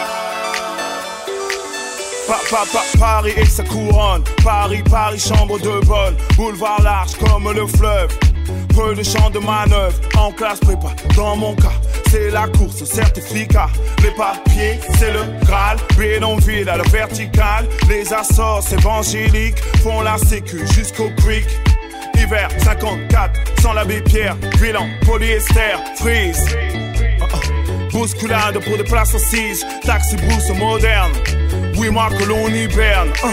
Pa, pa, pa, Paris et sa couronne. Paris, Paris, chambre de bonne. Boulevard large comme le fleuve. Peu de champs de manœuvre. En classe prépa, dans mon cas, c'est la course au certificat. Les papiers, c'est le Graal. Bénonville à la verticale. Les assorts évangéliques font la sécu jusqu'au creek. Hiver cinquante-quatre, sans l'abbé Pierre. Bilan, polyester, freeze. Uh, uh. Bousculade pour des places assises. Taxi brousse moderne. Oui, moi que l'on hiberne. Uh.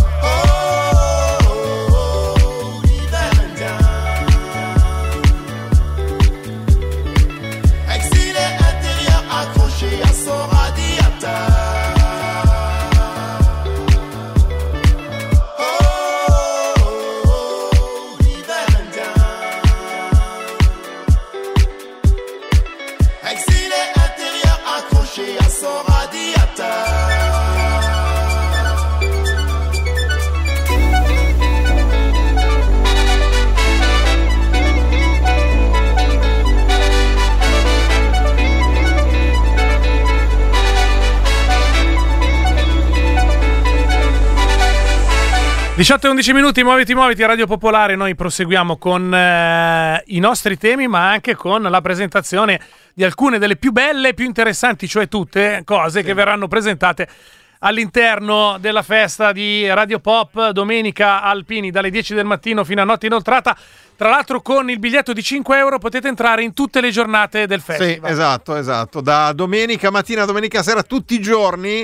Exilé intérieur accroché à son radiateur. Exilé intérieur accroché à son radiateur. diciotto e undici minuti, muoviti, muoviti a Radio Popolare. Noi proseguiamo con eh, i nostri temi, ma anche con la presentazione di alcune delle più belle, più interessanti, cioè tutte cose che verranno presentate all'interno della festa di Radio Pop domenica Alpini dalle dieci del mattino fino a notte inoltrata. Tra l'altro con il biglietto di cinque euro potete entrare in tutte le giornate del festival. Sì, esatto, esatto. Da domenica mattina a domenica sera, tutti i giorni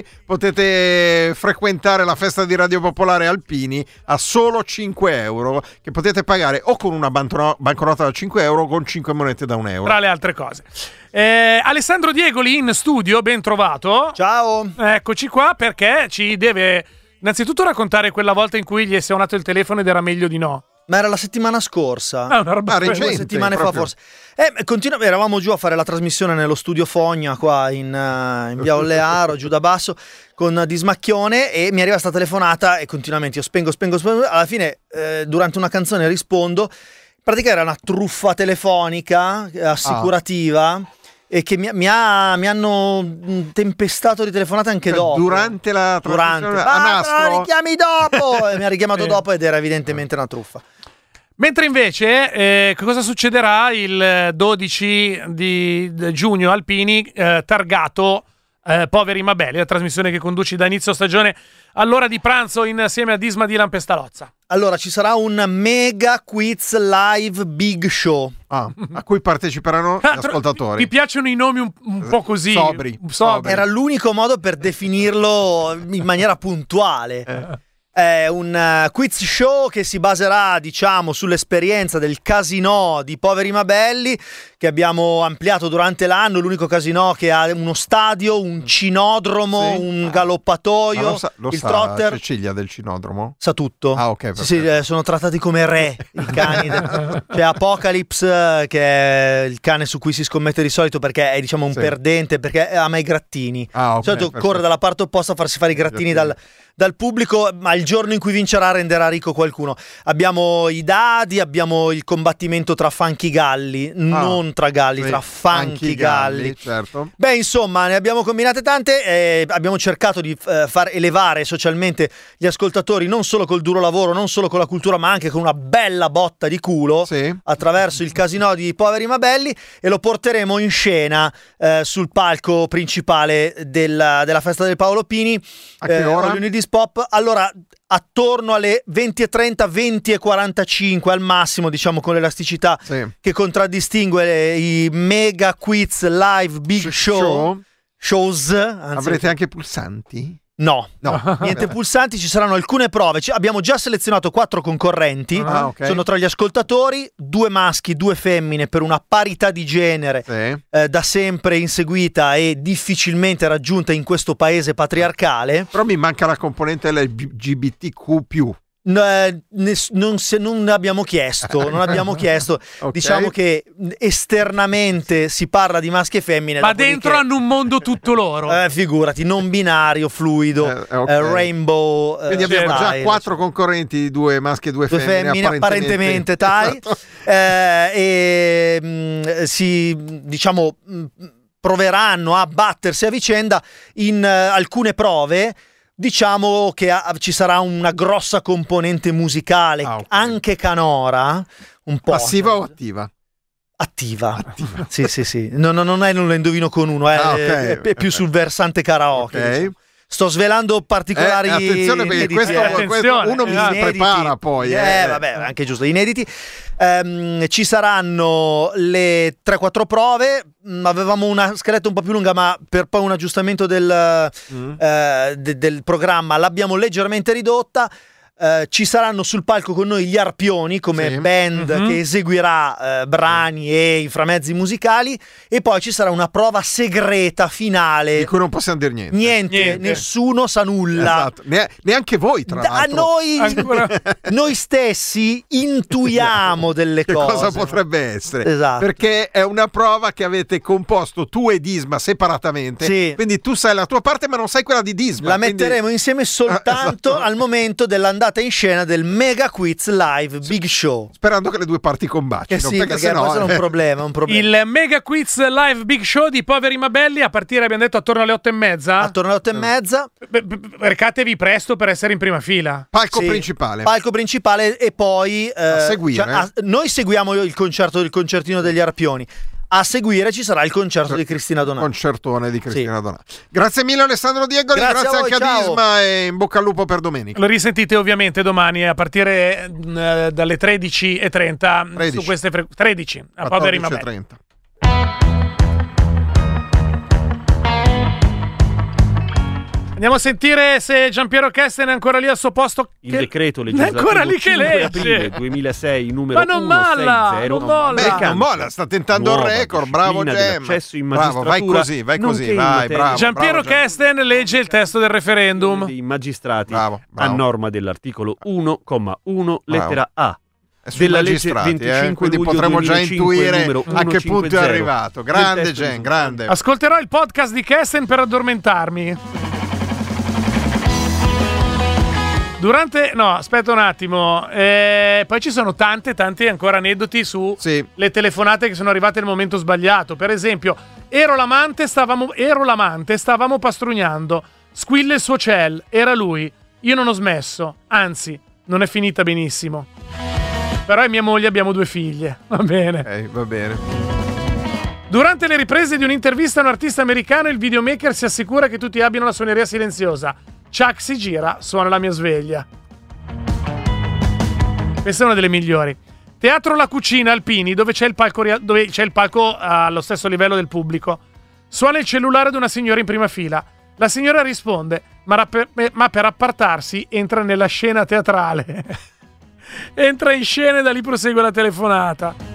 potete frequentare la festa di Radio Popolare Alpini a solo cinque euro, che potete pagare o con una bancono- banconota da cinque euro o con cinque monete da un euro. Tra le altre cose. Eh, Alessandro Diegoli in studio, ben trovato. Ciao. Eccoci qua perché ci deve innanzitutto raccontare quella volta in cui gli è suonato il telefono ed era meglio di no. Ma era la settimana scorsa. Ah, una roba ah, recente, due settimane proprio. fa forse. Eh, continu- eravamo giù a fare la trasmissione nello studio Fogna qua in, uh, in via Ollearo, giù da basso, con Dismacchione, e mi arriva questa telefonata e continuamente io spengo, spengo, spengo. Alla fine, eh, durante una canzone rispondo. In pratica era una truffa telefonica, assicurativa. Ah. E che mi, mi, ha, mi hanno tempestato di telefonate anche cioè, dopo. Durante la trasmissione? Durante. Ah, ma la richiami dopo! E mi ha richiamato eh. dopo ed era evidentemente una truffa. Mentre invece, eh, cosa succederà il dodici di giugno Alpini, eh, targato eh, Poveri ma Belli, la trasmissione che conduci da inizio stagione all'ora di pranzo insieme a Disma Dylan Pestalozza. Allora, ci sarà un mega quiz live big show. Ah, a cui parteciperanno gli ascoltatori. Mi piacciono i nomi un, un po' così. Sobri. Sobri. Era l'unico modo per definirlo in maniera puntuale. Eh. È un uh, quiz show che si baserà, diciamo, sull'esperienza del casinò di Poveri ma Belli, che abbiamo ampliato durante l'anno, l'unico casinò che ha uno stadio, un cinodromo, sì. un galoppatoio, lo sa, lo il sa trotter. Cecilia del cinodromo? Sa tutto. Ah, ok. Sì, sì, eh, sono trattati come re i cani. de- C'è Apocalypse, che è il cane su cui si scommette di solito perché è, diciamo, un sì. perdente, perché ama i grattini. Ah, okay, di solito perfetto. corre dalla parte opposta a farsi fare i grattini, grattini. dal dal pubblico, ma il giorno in cui vincerà renderà ricco qualcuno. Abbiamo i dadi, abbiamo il combattimento tra Funky Galli, ah, non tra galli, sì, tra Funky Galli. galli certo. Beh, insomma, ne abbiamo combinate tante, eh, abbiamo cercato di eh, far elevare socialmente gli ascoltatori, non solo col duro lavoro, non solo con la cultura, ma anche con una bella botta di culo, sì. attraverso il casinò di Poveri ma Belli, e lo porteremo in scena eh, sul palco principale della, della festa del Paolo Pini. A che ora? All You Need Is Pop. Allora, attorno alle venti e trenta, venti e quarantacinque al massimo, diciamo, con l'elasticità sì. che contraddistingue i mega quiz live big show, show? shows. Anzi, avrete anche pulsanti? No, no. Niente pulsanti, ci saranno alcune prove. Ci, abbiamo già selezionato quattro concorrenti. Ah, okay. Sono tra gli ascoltatori, due maschi, due femmine, per una parità di genere sì. eh, da sempre inseguita e difficilmente raggiunta in questo paese patriarcale. Però mi manca la componente L G B T Q più. Eh, ness- non, se, non abbiamo chiesto, non abbiamo chiesto. Okay. Diciamo che esternamente si parla di maschi e femmine, ma dentro hanno un mondo tutto loro. Eh, figurati, non binario, fluido, eh, okay. eh, rainbow. Quindi eh, abbiamo style, già quattro concorrenti, due maschi e due, due femmine, femmine apparentemente, apparentemente tali. eh, e mh, si, diciamo, mh, proveranno a battersi a vicenda in uh, alcune prove. Diciamo che ha, ci sarà una grossa componente musicale, ah, okay. anche canora, un po'. Passiva o attiva? Attiva. Attiva. Sì, sì, sì. No, no, non è non lo indovino con uno, è, ah, okay. è, è più sul versante karaoke. Okay. Diciamo. Sto svelando particolari. Eh, attenzione, perché inediti, questo, eh. questo uno mi si prepara poi. Eh, eh, vabbè, anche giusto, inediti. Um, ci saranno le tre quattro prove. Avevamo una scaletta un po' più lunga, ma per poi un aggiustamento del, mm. uh, de, del programma l'abbiamo leggermente ridotta. Uh, ci saranno sul palco con noi gli Arpioni come sì. band mm-hmm. che eseguirà uh, brani e inframezzi musicali, e poi ci sarà una prova segreta finale di cui non possiamo dire niente. Niente, niente. Nessuno sa nulla. Esatto. Ne- neanche voi, tra da, l'altro. Noi, noi stessi intuiamo delle che cose. Cosa potrebbe essere? Esatto. Perché è una prova che avete composto tu e Disma separatamente. Sì. Quindi tu sai la tua parte, ma non sai quella di Disma. La quindi... metteremo insieme soltanto esatto. al momento dell'andata in scena del mega quiz live big show, sperando che le due parti combattino, che sì, perché, perché sennò questo è un problema, un problema. Il mega quiz live big show di Poveri ma Belli a partire, abbiamo detto, attorno alle otto e mezza. Attorno alle otto e mezza. B- b- recatevi presto per essere in prima fila. Palco sì, principale. Palco principale e poi eh, a seguire. Cioè, a, noi seguiamo il concerto, il concertino degli Arpioni. A seguire ci sarà il concerto di Cristina Donà. Concertone di Cristina Sì. Donà. Grazie mille Alessandro Diegoli, Grazie grazie, a voi, anche a ciao. Disma e in bocca al lupo per domenica. Lo risentite ovviamente domani a partire eh, dalle tredici e trenta tredici. su queste fre- tredici a Poveri ma quattordici e belli. trenta. Andiamo a sentire se Giampiero Kesten è ancora lì al suo posto. Il che- decreto È legislativo ancora lì che cinque legge. aprile duemilasei numero Ma non molla, non molla. Beh, recante non molla, sta tentando il nuova record, bravo disciplina Gem. dell'accesso in Bravo, vai magistratura, così, vai nonché così, in vai, materia bravo. Giampiero bravo, Gem. Kesten legge il testo del referendum. dei magistrati Bravo, bravo. a norma dell'articolo uno comma uno lettera A È sui della legge magistrati, eh, venticinque quindi luglio potremmo già duemilacinque, intuire numero a che punto è centocinquanta arrivato. del Grande testo Gen, di- grande. Ascolterò il podcast di Kesten per addormentarmi. Durante, no, aspetta un attimo. Eh, poi ci sono tante, tanti ancora aneddoti su Sì. le telefonate che sono arrivate al momento sbagliato. Per esempio, ero l'amante, stavamo, ero l'amante, stavamo pastrugnando. Squilla il suo cell, era lui. Io non ho smesso, anzi, non è finita benissimo. Però è mia moglie, abbiamo due figlie. Va bene. Ok, va bene. Durante le riprese di un'intervista a un artista americano, il videomaker si assicura che tutti abbiano la suoneria silenziosa. Chuck si gira, suona la mia sveglia. Questa è una delle migliori. Teatro La Cucina Alpini, dove c'è il palco, ria- dove c'è il palco allo stesso livello del pubblico. Suona il cellulare di una signora in prima fila. La signora risponde, ma, ra- per, ma per appartarsi entra nella scena teatrale. Entra in scena e da lì prosegue la telefonata.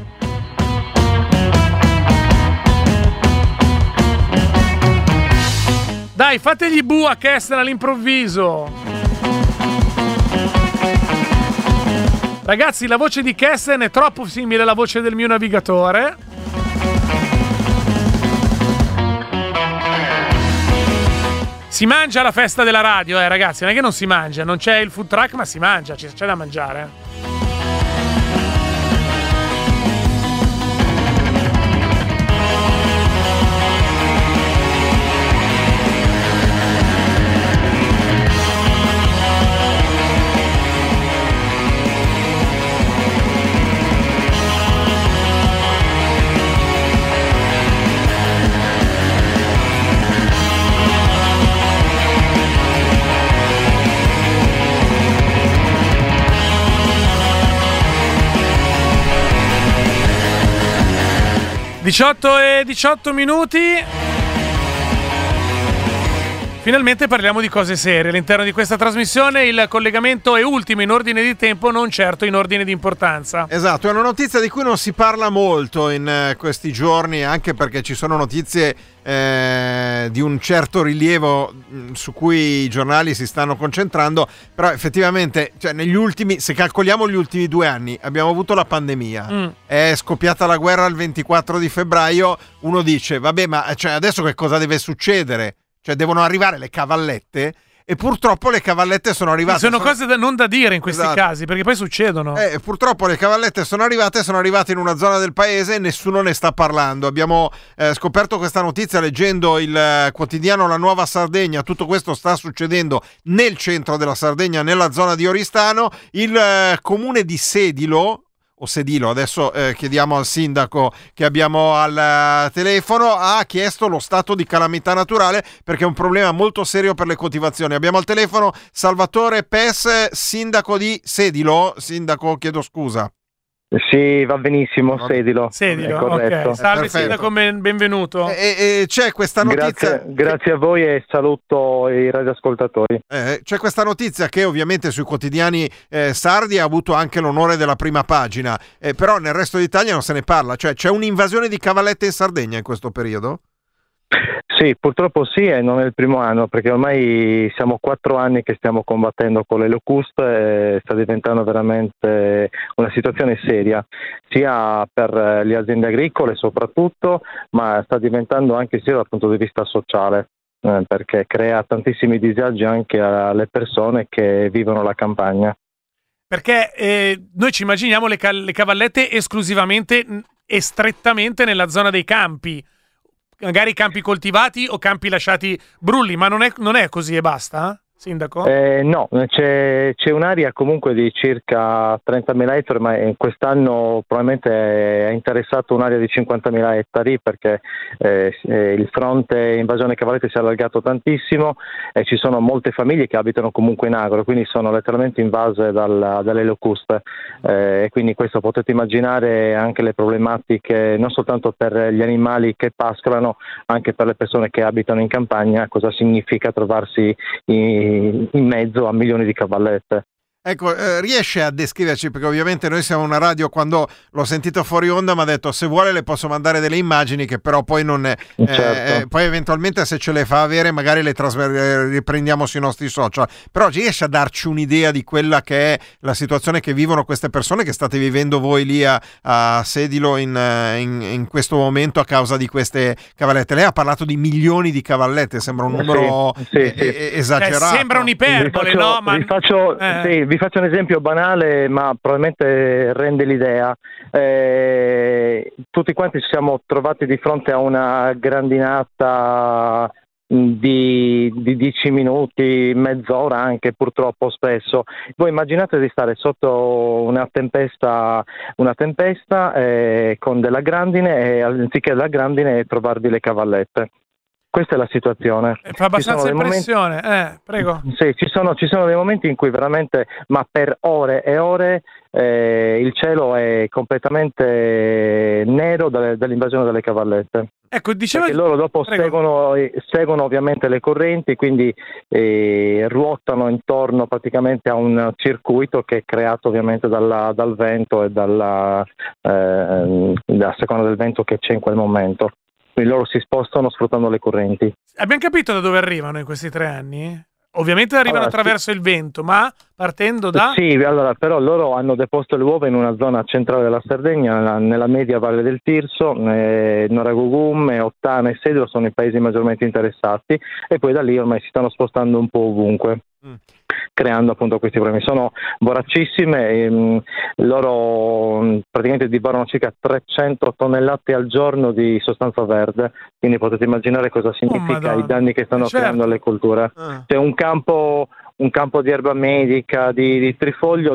Dai, fategli bu a Kesten all'improvviso. Ragazzi, la voce di Kesten è troppo simile alla voce del mio navigatore. Si mangia alla festa della radio, eh ragazzi, non è che non si mangia, non c'è il food truck, ma si mangia, c'è c'è da mangiare. diciotto e diciotto minuti. Finalmente parliamo di cose serie all'interno di questa trasmissione. Il collegamento è ultimo in ordine di tempo, non certo in ordine di importanza. Esatto, è una notizia di cui non si parla molto in eh, questi giorni, anche perché ci sono notizie eh, di un certo rilievo mh, su cui i giornali si stanno concentrando, però effettivamente, cioè, negli ultimi, se calcoliamo gli ultimi due anni, abbiamo avuto la pandemia, Mm. è scoppiata la guerra il ventiquattro di febbraio, uno dice, vabbè, ma cioè, adesso che cosa deve succedere? Cioè devono arrivare le cavallette e purtroppo le cavallette sono arrivate. Sono cose da, non da dire in questi Esatto. casi, perché poi succedono. Eh, purtroppo le cavallette sono arrivate, sono arrivate in una zona del paese e nessuno ne sta parlando. Abbiamo eh, scoperto questa notizia leggendo il eh, quotidiano La Nuova Sardegna. Tutto questo sta succedendo nel centro della Sardegna, nella zona di Oristano. Il eh, comune di Sedilo, o Sedilo, adesso eh, chiediamo al sindaco che abbiamo al eh, telefono, ha chiesto lo stato di calamità naturale perché è un problema molto serio per le coltivazioni. Abbiamo al telefono Salvatore Pes, sindaco di Sedilo. Sindaco, chiedo scusa. Sì, va benissimo, Sedilo. Sedilo, è corretto. ok. Salve Perfetto. sindaco, ben- benvenuto. E, e c'è questa notizia. Grazie, grazie a voi e saluto i radioascoltatori. Eh, c'è questa notizia che ovviamente sui quotidiani eh, sardi ha avuto anche l'onore della prima pagina, eh, però nel resto d'Italia non se ne parla. Cioè c'è un'invasione di cavallette in Sardegna in questo periodo? Sì, purtroppo sì, e non è il primo anno, perché ormai siamo quattro anni che stiamo combattendo con le locuste e sta diventando veramente una situazione seria, sia per le aziende agricole soprattutto, ma sta diventando anche seria dal punto di vista sociale, eh, perché crea tantissimi disagi anche alle persone che vivono la campagna. Perché eh, noi ci immaginiamo le, cal- le cavallette esclusivamente mh, e strettamente nella zona dei campi, magari campi coltivati o campi lasciati brulli, ma non è, non è così e basta? Sindaco? Eh, no, c'è, c'è un'area comunque di circa trentamila ettari, ma eh, quest'anno probabilmente è interessato un'area di cinquantamila ettari perché eh, eh, il fronte invasione cavallette si è allargato tantissimo e ci sono molte famiglie che abitano comunque in agro, quindi sono letteralmente invase dal, dalle locuste eh, e quindi questo potete immaginare anche le problematiche non soltanto per gli animali che pascolano, ma anche per le persone che abitano in campagna, cosa significa trovarsi in in mezzo a milioni di cavallette. Ecco, eh, riesce a descriverci, perché ovviamente noi siamo una radio, quando l'ho sentito fuori onda mi ha detto se vuole le posso mandare delle immagini che però poi non è, certo. eh, poi eventualmente se ce le fa avere magari le trasfer- riprendiamo sui nostri social, però riesce a darci un'idea di quella che è la situazione che vivono queste persone che state vivendo voi lì a, a Sedilo in, in, in questo momento a causa di queste cavallette. Lei ha parlato di milioni di cavallette, sembra un numero sì, sì, eh, sì. eh, esagerato. Eh, sembra un'iperbole, vi faccio, no? Ma... vi faccio, eh. sì, vi faccio un esempio banale, ma probabilmente rende l'idea. Eh, tutti quanti ci siamo trovati di fronte a una grandinata di, di dieci minuti, mezz'ora anche purtroppo spesso. Voi immaginate di stare sotto una tempesta, una tempesta eh, con della grandine e anziché della grandine trovarvi le cavallette. Questa è la situazione. Eh, fa abbastanza impressione, momenti... eh, prego. Sì, ci sono, ci sono dei momenti in cui veramente, ma per ore e ore, eh, il cielo è completamente nero dalle, dall'invasione delle cavallette. Ecco, diceva... Perché loro dopo prego. seguono, seguono ovviamente le correnti, quindi eh, ruotano intorno praticamente a un circuito che è creato ovviamente dalla, dal vento e dalla, eh, a seconda del vento che c'è in quel momento. Quindi loro si spostano sfruttando le correnti. Abbiamo capito da dove arrivano in questi tre anni? Ovviamente arrivano allora, attraverso sì. il vento, ma partendo da... Sì, allora, però loro hanno deposto le uova in una zona centrale della Sardegna, nella, nella media valle del Tirso, eh, Noragugum, Ottana e Sedilo sono i paesi maggiormente interessati e poi da lì ormai si stanno spostando un po' ovunque. Mm. Creando appunto questi problemi. Sono voracissime, e, mh, loro mh, praticamente divorano circa trecento tonnellate al giorno di sostanza verde, quindi potete immaginare cosa significa oh, i danni che stanno certo. creando alle colture. Ah. C'è un campo, un campo di erba medica, di, di trifoglio,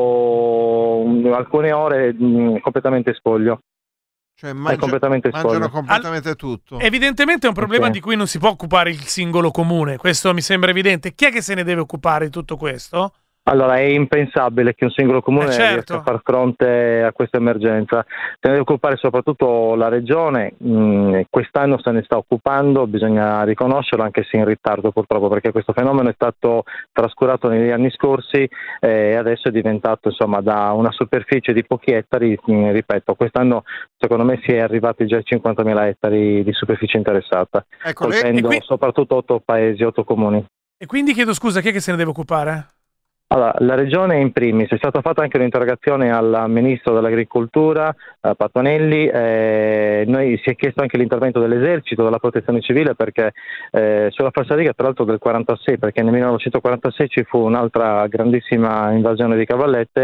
dopo mh, alcune ore mh, completamente spoglio. Cioè mangia, è completamente mangiano spoglio. completamente tutto. Evidentemente è un problema sì. di cui non si può occupare il singolo comune, questo mi sembra evidente. Chi è che se ne deve occupare di tutto questo? Allora è impensabile che un singolo comune eh certo. riesca a far fronte a questa emergenza. Se ne deve occupare soprattutto la regione, mh, quest'anno se ne sta occupando, bisogna riconoscerlo anche se in ritardo purtroppo, perché questo fenomeno è stato trascurato negli anni scorsi e eh, adesso è diventato insomma da una superficie di pochi ettari, mh, ripeto, quest'anno secondo me si è arrivati già a cinquantamila ettari di superficie interessata, ecco, colpendo qui... soprattutto otto paesi, otto comuni. E quindi chiedo scusa, chi è che se ne deve occupare? Allora, la regione in primis, è stata fatta anche un'interrogazione al ministro dell'agricoltura, eh, Patuanelli, eh, noi si è chiesto anche l'intervento dell'esercito, della protezione civile, perché eh, sulla falsariga tra l'altro del quarantasei, perché nel millenovecentoquarantasei ci fu un'altra grandissima invasione di cavallette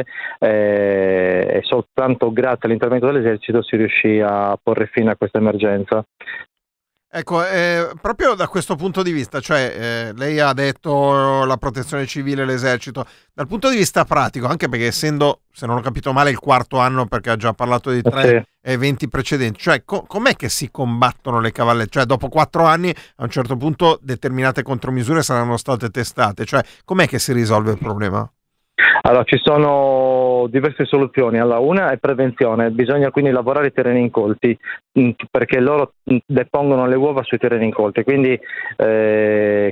eh, e soltanto grazie all'intervento dell'esercito si riuscì a porre fine a questa emergenza. Ecco, eh, proprio da questo punto di vista, cioè eh, lei ha detto la protezione civile, l'esercito, dal punto di vista pratico, anche perché essendo, se non ho capito male, il quarto anno, perché ha già parlato di tre sì. eventi precedenti, cioè co- com'è che si combattono le cavallette? Cioè dopo quattro anni a un certo punto determinate contromisure saranno state testate, cioè com'è che si risolve il problema? Allora, ci sono diverse soluzioni. Allora, una è prevenzione, bisogna quindi lavorare i terreni incolti, perché loro depongono le uova sui terreni incolti, quindi eh,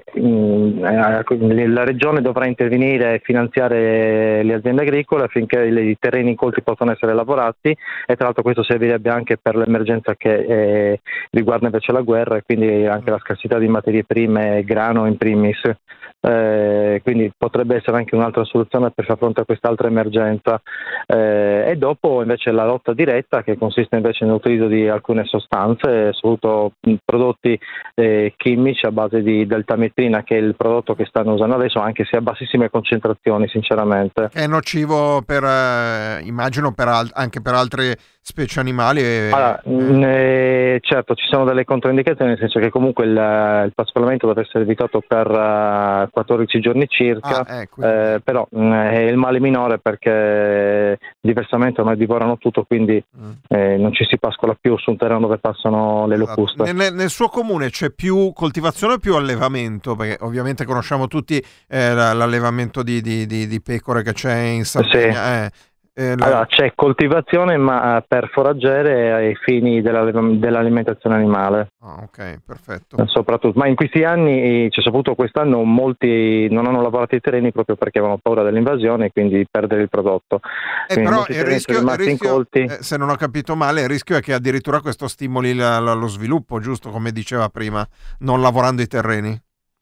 la regione dovrà intervenire e finanziare le aziende agricole affinché i terreni incolti possano essere lavorati, e tra l'altro questo servirebbe anche per l'emergenza che eh, riguarda invece la guerra e quindi anche la scarsità di materie prime, grano in primis. Eh, quindi potrebbe essere anche un'altra soluzione per far fronte a quest'altra emergenza, eh, e dopo invece la lotta diretta, che consiste invece nell'utilizzo di alcune sostanze, soprattutto prodotti eh, chimici a base di deltametrina, che è il prodotto che stanno usando adesso, anche se a bassissime concentrazioni sinceramente. È nocivo per, eh, immagino per al- anche per altre specie animali. E... Allora, mh, eh, certo, ci sono delle controindicazioni, nel senso che comunque il, il pascolamento deve essere evitato per uh, quattordici giorni circa, Ah, eh, quindi- eh, però mh, è il male minore perché diversamente ormai divorano tutto, quindi Mm. eh, non ci si pascola più su un terreno dove passano le locuste. Nel, nel suo comune c'è più coltivazione o più allevamento? Perché ovviamente conosciamo tutti eh, la- l'allevamento di, di- di- di pecore che c'è in Sardegna. eh. Eh, la- Allora, c'è coltivazione ma eh, per foraggere ai fini della- dell'alimentazione animale. Ah, ok, perfetto. Eh, Soprattutto, ma in questi anni, cioè, soprattutto quest'anno, molti non hanno lavorato i terreni proprio perché avevano paura dell'invasione e quindi di perdere il prodotto. Eh, Quindi però molti il terreni rischio, sono il rimasti rischio, incolti. eh, se non ho capito male, il rischio è che addirittura questo stimoli la- la- lo sviluppo, giusto come diceva prima, non lavorando i terreni.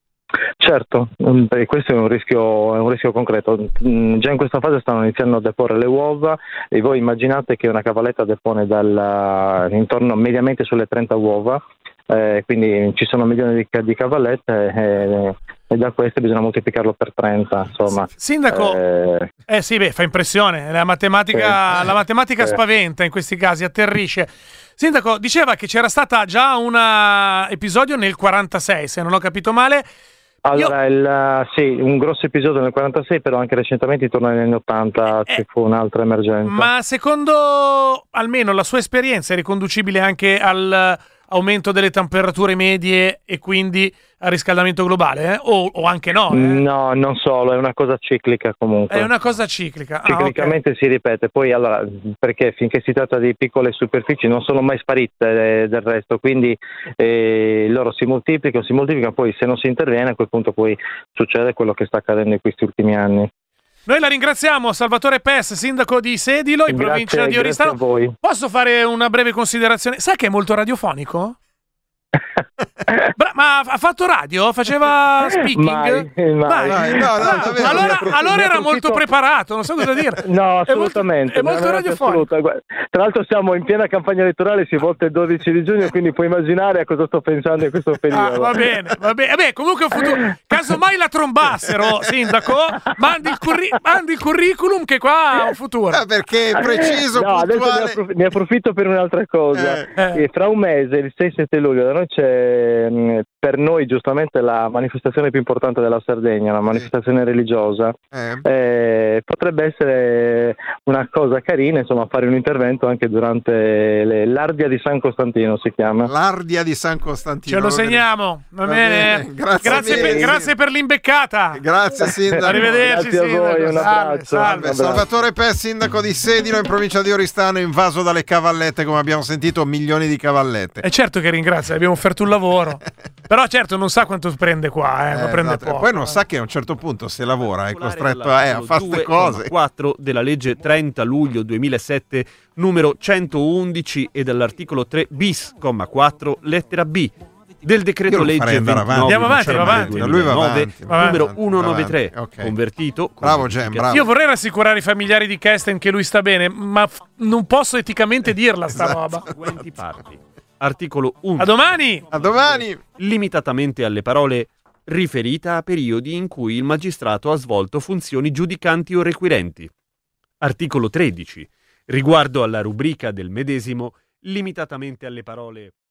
Certo, mm, perché questo è un rischio, è un rischio concreto. Mm, Già in questa fase stanno iniziando a deporre le uova e voi immaginate che una cavalletta depone dal, intorno mediamente sulle trenta uova, eh, quindi ci sono milioni di, di cavallette e, e da queste bisogna moltiplicarlo per trenta. Insomma, Sindaco, eh, eh sì, beh, fa impressione. La matematica, Sì. la matematica Sì. spaventa in questi casi, atterrisce. Sindaco, diceva che c'era stata già un episodio nel quarantasei, se non ho capito male. Allora, il, sì, un grosso episodio nel quarantasei, però anche recentemente, intorno agli anni ottanta, ci fu un'altra emergenza. Ma secondo almeno la sua esperienza è riconducibile anche all'aumento delle temperature medie e quindi al riscaldamento globale? Eh? O, o anche no? Eh? No, non solo, è una cosa ciclica comunque. È una cosa ciclica. Ah, Ciclicamente si ripete, poi allora, perché finché si tratta di piccole superfici non sono mai sparite eh, del resto, quindi eh, loro si moltiplicano, si moltiplicano, poi se non si interviene a quel punto poi succede quello che sta accadendo in questi ultimi anni. Noi la ringraziamo, Salvatore Pes, sindaco di Sedilo, in Grazie- provincia di grazie Oristano. a voi. Posso fare una breve considerazione? Sa che è molto radiofonico? Bra- ma ha fatto radio? Faceva speaking? Mai, mai. Mai, no, no, Ah, davvero, allora, ne approf- allora ne era approfitto- molto preparato, non so cosa dire. No, È molto- assolutamente. È molto, veramente radiofonico. assoluta. Guarda, tra l'altro siamo in piena campagna elettorale, si vota il dodici di giugno, quindi puoi immaginare a cosa sto pensando in questo periodo. Ah, va bene, va bene. Vabbè, comunque è un futuro. Casomai la trombassero, sindaco, mandi il, curri- mandi il curriculum che qua ha un futuro. Ah, perché è preciso, No, adesso ne, puntuale. approf- ne approfitto per un'altra cosa. Eh. E fra un mese, il sei sette luglio, da noi c'è mh, per noi giustamente la manifestazione più importante della Sardegna, la manifestazione religiosa. Eh, Eh, potrebbe essere una cosa carina, insomma, fare un intervento anche durante le- l'Ardia di San Costantino, si chiama. L'Ardia di San Costantino. Ce lo va bene. segniamo, va Va bene. bene, grazie Grazie, per, mille. grazie per l'imbeccata. Grazie, sindaco. Arrivederci, Grazie a voi, sindaco. un Salve, abbraccio. salve. Salve, Salvatore Pes, sindaco di Sedilo in provincia di Oristano, invaso dalle cavallette, come abbiamo sentito, milioni di cavallette. E certo che ringrazio, abbiamo offerto un lavoro. Però certo non sa quanto prende qua, eh, ma Eh, prende esatto. poco. Poi non sa che a un certo punto, se lavora, è costretto a, eh, a fare queste due cose. quattro della legge trenta luglio duemilasette numero centoundici e dall'articolo tre bis, comma quattro, lettera B del decreto Io lo farei legge andare avanti. Andiamo avanti, ventinove va avanti. Lui va duemilanove, avanti, va numero avanti, centonovantatre, va avanti, ok. convertito con Bravo, Gem, modifiche- bravo. Io vorrei rassicurare i familiari di Kesten che lui sta bene, ma f- non posso eticamente dirla sta Esatto. roba. seguenti parti. Articolo undici. A domani! A domani! Limitatamente alle parole riferita a periodi in cui il magistrato ha svolto funzioni giudicanti o requirenti. Articolo tredici. Riguardo alla rubrica del medesimo, limitatamente alle parole